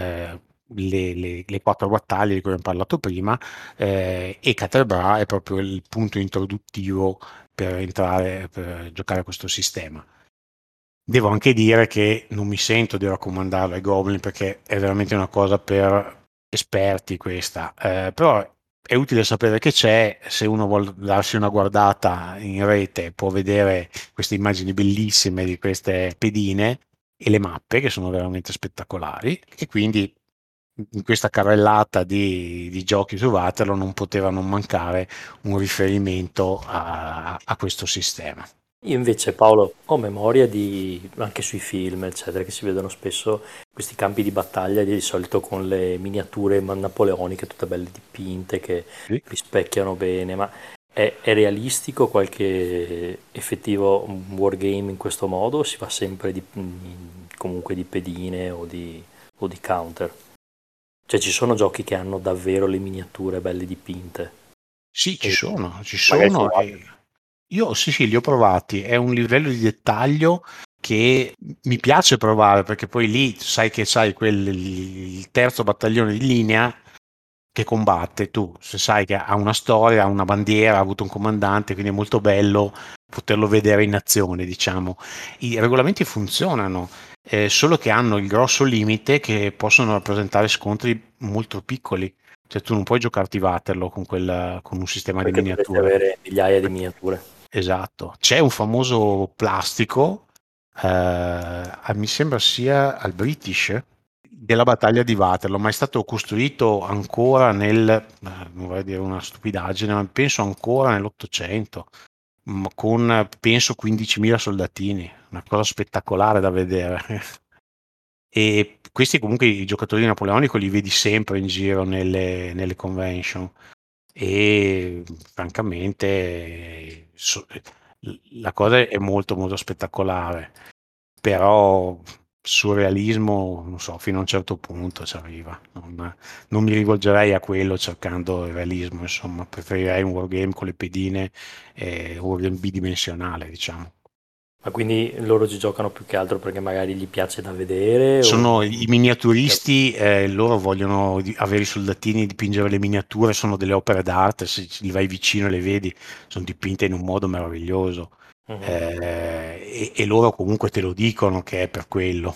le 4 battaglie di cui abbiamo parlato prima, e Caterbra è proprio il punto introduttivo per giocare a questo sistema. Devo anche dire che non mi sento di raccomandarlo ai Goblin, perché è veramente una cosa per esperti questa, però è utile sapere che c'è. Se uno vuole darsi una guardata in rete può vedere queste immagini bellissime di queste pedine e le mappe che sono veramente spettacolari, e quindi in questa carrellata di giochi su Waterloo non poteva non mancare un riferimento a questo sistema. Io invece, Paolo, ho memoria anche sui film, eccetera, che si vedono spesso questi campi di battaglia, di solito con le miniature napoleoniche tutte belle dipinte, che Sì. rispecchiano bene, ma è realistico qualche effettivo wargame in questo modo, o si fa sempre comunque di pedine o di counter? Cioè ci sono giochi che hanno davvero le miniature belle dipinte? Sì, ci sono. Magari Io sì, li ho provati. È un livello di dettaglio che mi piace provare, perché poi lì sai che c'hai il terzo battaglione di linea che combatte. Tu se sai che ha una storia, ha una bandiera, ha avuto un comandante, quindi è molto bello poterlo vedere in azione, diciamo. I regolamenti funzionano, solo che hanno il grosso limite che possono rappresentare scontri molto piccoli. Cioè tu non puoi giocarti Waterloo con un sistema di perché dovresti miniature. avere migliaia di miniature. Esatto. C'è un famoso plastico, mi sembra sia al British, della battaglia di Waterloo, ma è stato costruito ancora non vorrei dire una stupidaggine, ma penso ancora nell'800, con penso 15.000 soldatini, una cosa spettacolare da vedere. E questi comunque i giocatori di napoleonico li vedi sempre in giro nelle convention, e francamente la cosa è molto molto spettacolare, però surrealismo non so, fino a un certo punto ci arriva. Non mi rivolgerei a quello cercando il realismo, insomma preferirei un wargame con le pedine, un wargame bidimensionale, diciamo. Ma quindi loro ci giocano più che altro perché magari gli piace da vedere? Sono i miniaturisti, loro vogliono avere i soldatini, dipingere le miniature, sono delle opere d'arte, se li vai vicino e le vedi, sono dipinte in un modo meraviglioso. Mhm. E loro comunque te lo dicono che è per quello,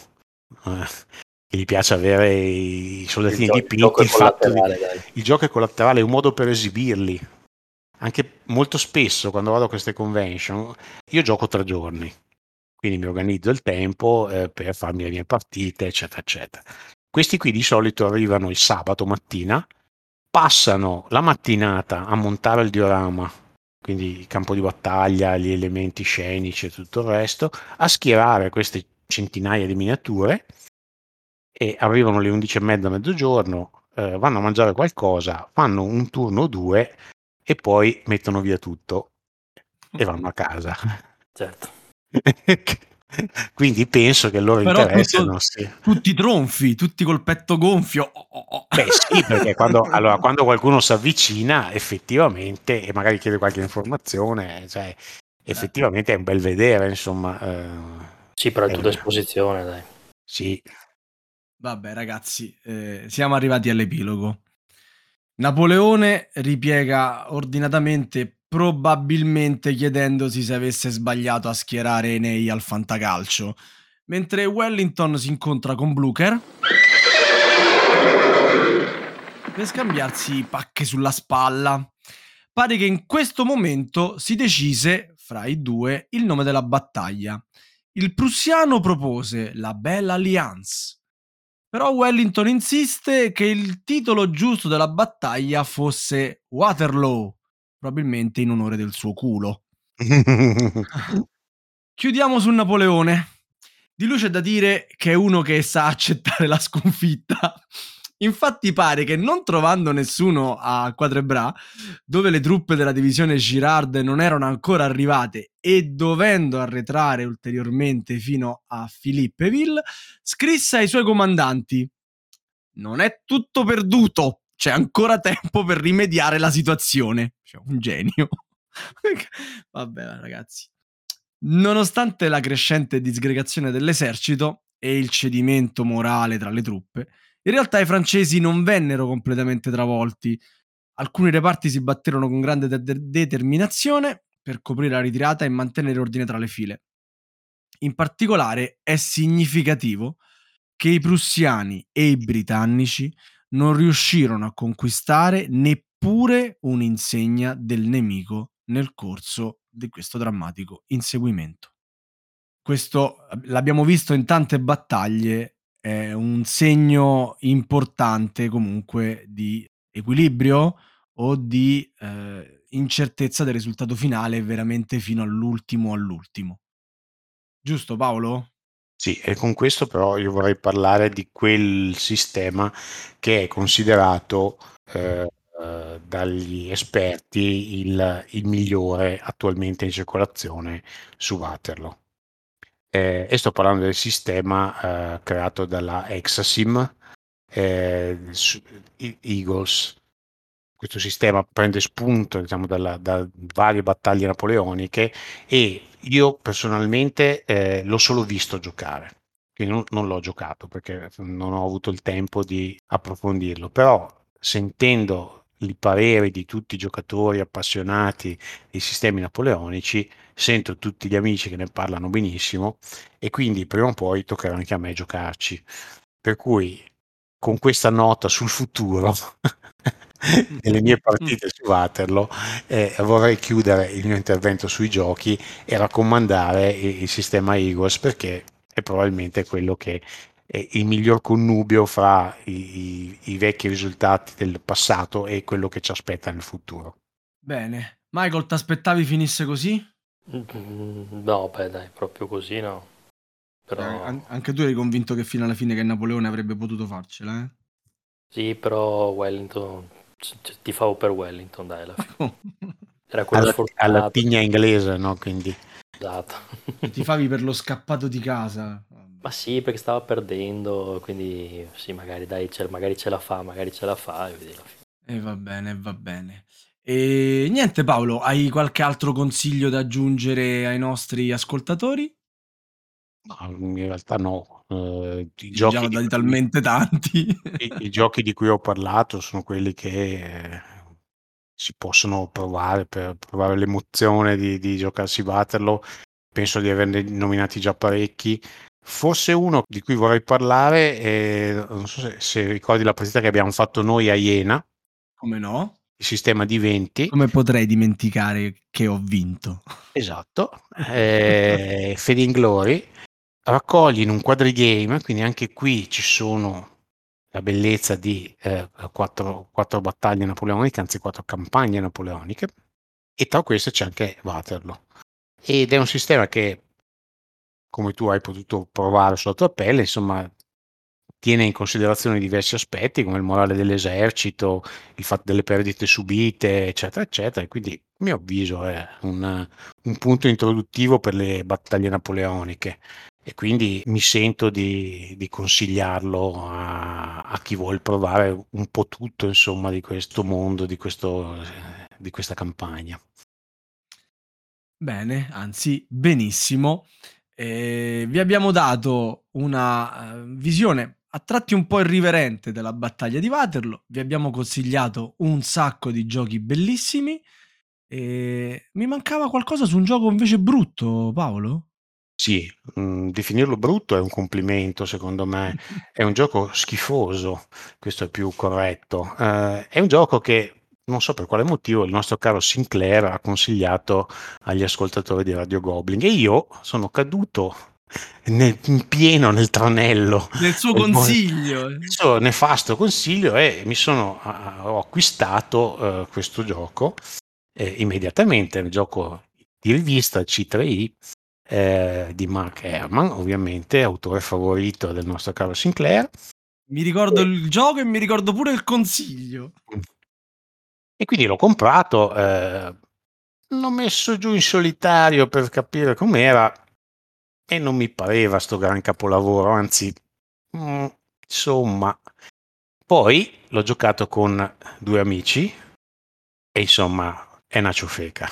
che gli piace avere i soldatini Il gioco dipinti, è collaterale, dai. il gioco è collaterale, è un modo per esibirli. Anche molto spesso quando vado a queste convention io gioco 3 giorni, quindi mi organizzo il tempo per farmi le mie partite, eccetera, eccetera. Questi qui di solito arrivano il sabato mattina, passano la mattinata a montare il diorama, quindi il campo di battaglia, gli elementi scenici e tutto il resto, a schierare queste centinaia di miniature, e arrivano alle 11:30, mezzogiorno, vanno a mangiare qualcosa, fanno un turno o 2 e poi mettono via tutto e vanno a casa. Certo. Quindi penso che il loro Però interesse non sia... tutti tronfi, tutti col petto gonfio. Beh sì, perché quando qualcuno si avvicina effettivamente e magari chiede qualche informazione, cioè, effettivamente è un bel vedere, insomma. Sì, però è tutta esposizione, dai. Sì. Vabbè ragazzi, siamo arrivati all'epilogo. Napoleone ripiega ordinatamente, probabilmente chiedendosi se avesse sbagliato a schierare Enei al fantacalcio, mentre Wellington si incontra con Blucher per scambiarsi pacche sulla spalla. Pare che in questo momento si decise, fra i due, il nome della battaglia. Il prussiano propose la Belle Alliance, però Wellington insiste che il titolo giusto della battaglia fosse Waterloo, probabilmente in onore del suo culo. Chiudiamo su Napoleone. Di lui c'è da dire che è uno che sa accettare la sconfitta. Infatti pare che non trovando nessuno a Quatre-Bras, dove le truppe della divisione Girard non erano ancora arrivate e dovendo arretrare ulteriormente fino a Philippeville, scrisse ai suoi comandanti: non è tutto perduto, c'è ancora tempo per rimediare la situazione. Cioè, un genio. Vabbè ragazzi. Nonostante la crescente disgregazione dell'esercito e il cedimento morale tra le truppe, in realtà i francesi non vennero completamente travolti. Alcuni reparti si batterono con grande determinazione per coprire la ritirata e mantenere ordine tra le file. In particolare è significativo che i prussiani e i britannici non riuscirono a conquistare neppure un'insegna del nemico nel corso di questo drammatico inseguimento. Questo l'abbiamo visto in tante battaglie, è un segno importante comunque di equilibrio o di incertezza del risultato finale veramente fino all'ultimo. Giusto Paolo? Sì, e con questo però io vorrei parlare di quel sistema che è considerato dagli esperti il migliore attualmente in circolazione su Waterloo. E sto parlando del sistema creato dalla Exasim Eagles. Questo sistema prende spunto, diciamo, da varie battaglie napoleoniche e io personalmente l'ho solo visto giocare, quindi non l'ho giocato perché non ho avuto il tempo di approfondirlo, però sentendo i pareri di tutti i giocatori appassionati dei sistemi napoleonici, sento tutti gli amici che ne parlano benissimo e quindi prima o poi toccherà anche a me giocarci. Per cui con questa nota sul futuro delle mie partite su Waterloo vorrei chiudere il mio intervento sui giochi e raccomandare il sistema Eagles perché è probabilmente quello che è il miglior connubio fra i vecchi risultati del passato e quello che ci aspetta nel futuro. Bene. Michael, ti aspettavi finisse così? No, beh dai, proprio così no. Però... Anche tu eri convinto che fino alla fine che Napoleone avrebbe potuto farcela, eh? Sì, però Wellington, tifavo per Wellington, dai, alla fine. Era quello sfortunato. Alla tigna inglese, no? Quindi... Esatto. Tifavi per lo scappato di casa. Ma sì, perché stava perdendo, quindi sì, magari dai, magari ce la fa, e vedi alla fine. E va bene, va bene. E niente Paolo, hai qualche altro consiglio da aggiungere ai nostri ascoltatori? No, in realtà no. I giochi dati talmente tanti. I giochi di cui ho parlato sono quelli che si possono provare per provare l'emozione di giocarsi Waterloo. Penso di averne nominati già parecchi. Forse uno di cui vorrei parlare, non so se ricordi la partita che abbiamo fatto noi a Iena. Come no? Il sistema di 20. Come potrei dimenticare che ho vinto? Esatto. Fading Glory. Raccogli in un quadrigame, quindi anche qui ci sono la bellezza di 4 battaglie napoleoniche, anzi 4 campagne napoleoniche, e tra queste c'è anche Waterloo. Ed è un sistema che, come tu hai potuto provare sulla tua pelle, insomma, tiene in considerazione diversi aspetti come il morale dell'esercito, il fatto delle perdite subite, eccetera, eccetera. E quindi, a mio avviso, è un punto introduttivo per le battaglie napoleoniche. E quindi mi sento di consigliarlo a chi vuole provare un po' tutto, insomma, di questo mondo, di questa campagna. Bene, anzi, benissimo. Vi abbiamo dato una visione a tratti un po' irriverente della battaglia di Waterloo, vi abbiamo consigliato un sacco di giochi bellissimi e mi mancava qualcosa su un gioco invece brutto, Paolo? Sì, definirlo brutto è un complimento secondo me, è un gioco schifoso, questo è più corretto. È un gioco che, non so per quale motivo, il nostro caro Sinclair ha consigliato agli ascoltatori di Radio Goblin e io sono caduto in pieno nel tranello Del suo del consiglio. suo nefasto consiglio e ho acquistato questo gioco immediatamente, un gioco di rivista C3I di Mark Herman, ovviamente autore favorito del nostro caro Sinclair. Mi ricordo il gioco e mi ricordo pure il consiglio. E quindi l'ho comprato, l'ho messo giù in solitario per capire com'era e non mi pareva sto gran capolavoro, anzi, insomma. Poi l'ho giocato con 2 amici e insomma è una ciofeca.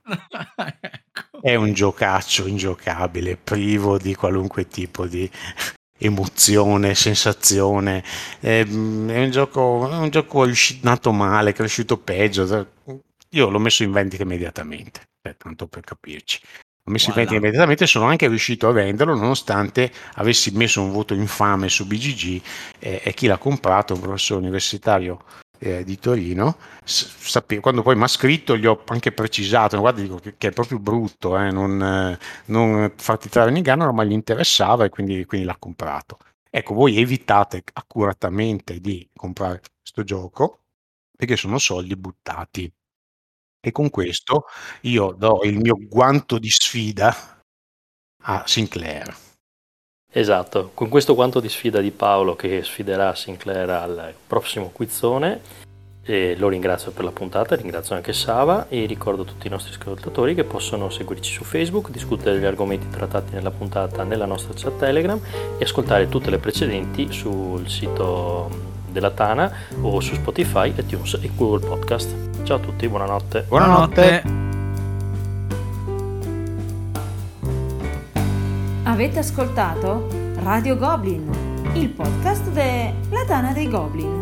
Ecco. È un giocaccio ingiocabile, privo di qualunque tipo di emozione, sensazione. È un gioco nato male, cresciuto peggio. Io l'ho messo in vendita immediatamente, tanto per capirci. L'ho messo in vendita Voilà. immediatamente e sono anche riuscito a venderlo nonostante avessi messo un voto infame su BGG e chi l'ha comprato, un professore universitario di Torino, quando poi mi ha scritto gli ho anche precisato, guarda, dico che è proprio brutto, non farti trarre in inganno, ma gli interessava e quindi l'ha comprato. Ecco, voi evitate accuratamente di comprare questo gioco perché sono soldi buttati. E con questo io do il mio guanto di sfida a Sinclair. Esatto, con questo guanto di sfida di Paolo che sfiderà Sinclair al prossimo quizzone, lo ringrazio per la puntata, ringrazio anche Sava e ricordo a tutti i nostri ascoltatori che possono seguirci su Facebook, discutere degli argomenti trattati nella puntata nella nostra chat Telegram e ascoltare tutte le precedenti sul sito della Tana o su Spotify, iTunes e Google Podcast. Ciao a tutti, buonanotte. Buonanotte. Avete ascoltato Radio Goblin, il podcast della Tana dei Goblin.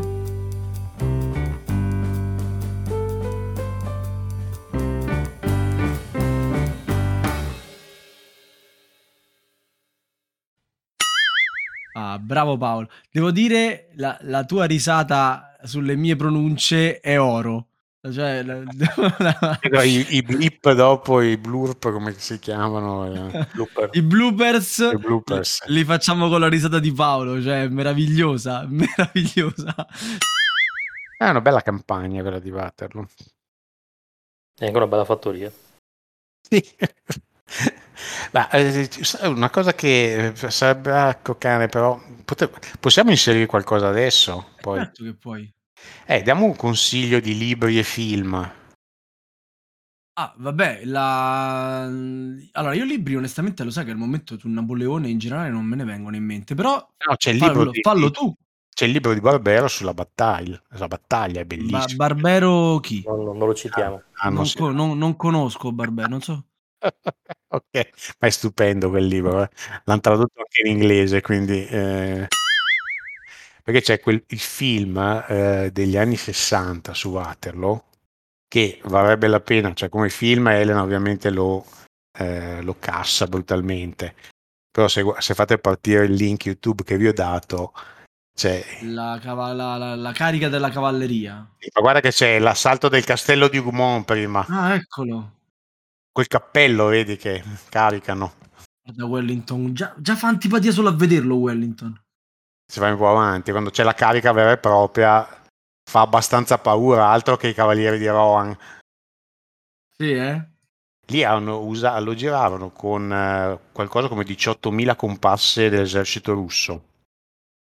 Ah, bravo Paolo. Devo dire, la tua risata sulle mie pronunce è oro. Cioè, I blip dopo, i blurp, come si chiamano? I bloopers, I bloopers. li facciamo con la risata di Paolo, cioè meravigliosa, meravigliosa. È una bella campagna quella di Waterloo. È anche una bella fattoria. Sì. Ma, una cosa che sarebbe coccare, però possiamo inserire qualcosa adesso? Poi. Certo che puoi. Diamo un consiglio di libri e film. Ah, vabbè, allora io libri onestamente lo sai che al momento su Napoleone in generale non me ne vengono in mente, però No, c'è il libro fallo tu. C'è il libro di Barbero sulla battaglia. La battaglia è bellissima. Barbero chi? Non lo citiamo. Non conosco Barbero, non so. Ok, ma è stupendo quel libro, l'hanno tradotto anche in inglese, quindi perché c'è il film degli anni 60 su Waterloo che varrebbe la pena, cioè come film Elena ovviamente lo cassa brutalmente, però se fate partire il link YouTube che vi ho dato c'è La carica della cavalleria. ma guarda che c'è l'assalto del castello di Gaumont prima, Ah, eccolo. quel cappello vedi che caricano. Guarda Wellington, già fa antipatia solo a vederlo Wellington. Si va un po' avanti, quando c'è la carica vera e propria fa abbastanza paura, altro che i cavalieri di Rohan. Sì, eh? Lì lo giravano con qualcosa come 18.000 compasse dell'esercito russo.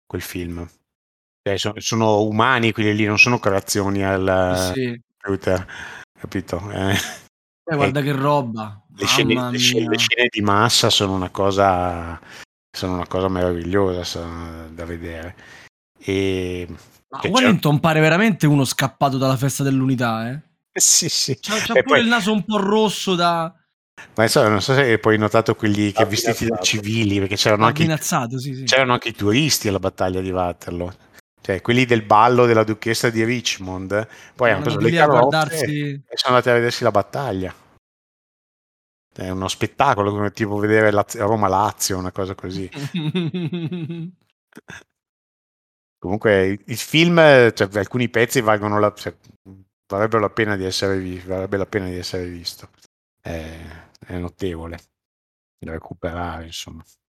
quel film. Sono umani quelli lì, non sono creazioni al Sì. computer, capito? Guarda che roba, mamma Le mia. scene di massa sono una cosa meravigliosa da vedere. E Ma che Wellington pare veramente uno scappato dalla festa dell'unità, eh? sì. C'ha E pure poi, il naso un po' rosso da ma non so se hai poi notato quelli che vestiti da Abbinazzato. civili, perché c'erano anche abbinazzato, sì. i turisti alla battaglia di Waterloo, cioè quelli del ballo della duchessa di Richmond, poi hanno Sono preso andati le lì a carrozze guardarsi. e sono andati a vedersi la battaglia. È uno spettacolo, come tipo vedere Roma-Lazio, una cosa così. Comunque il film, cioè, alcuni pezzi varrebbero la pena di essere varrebbe la pena di essere visto. È notevole da recuperare, insomma.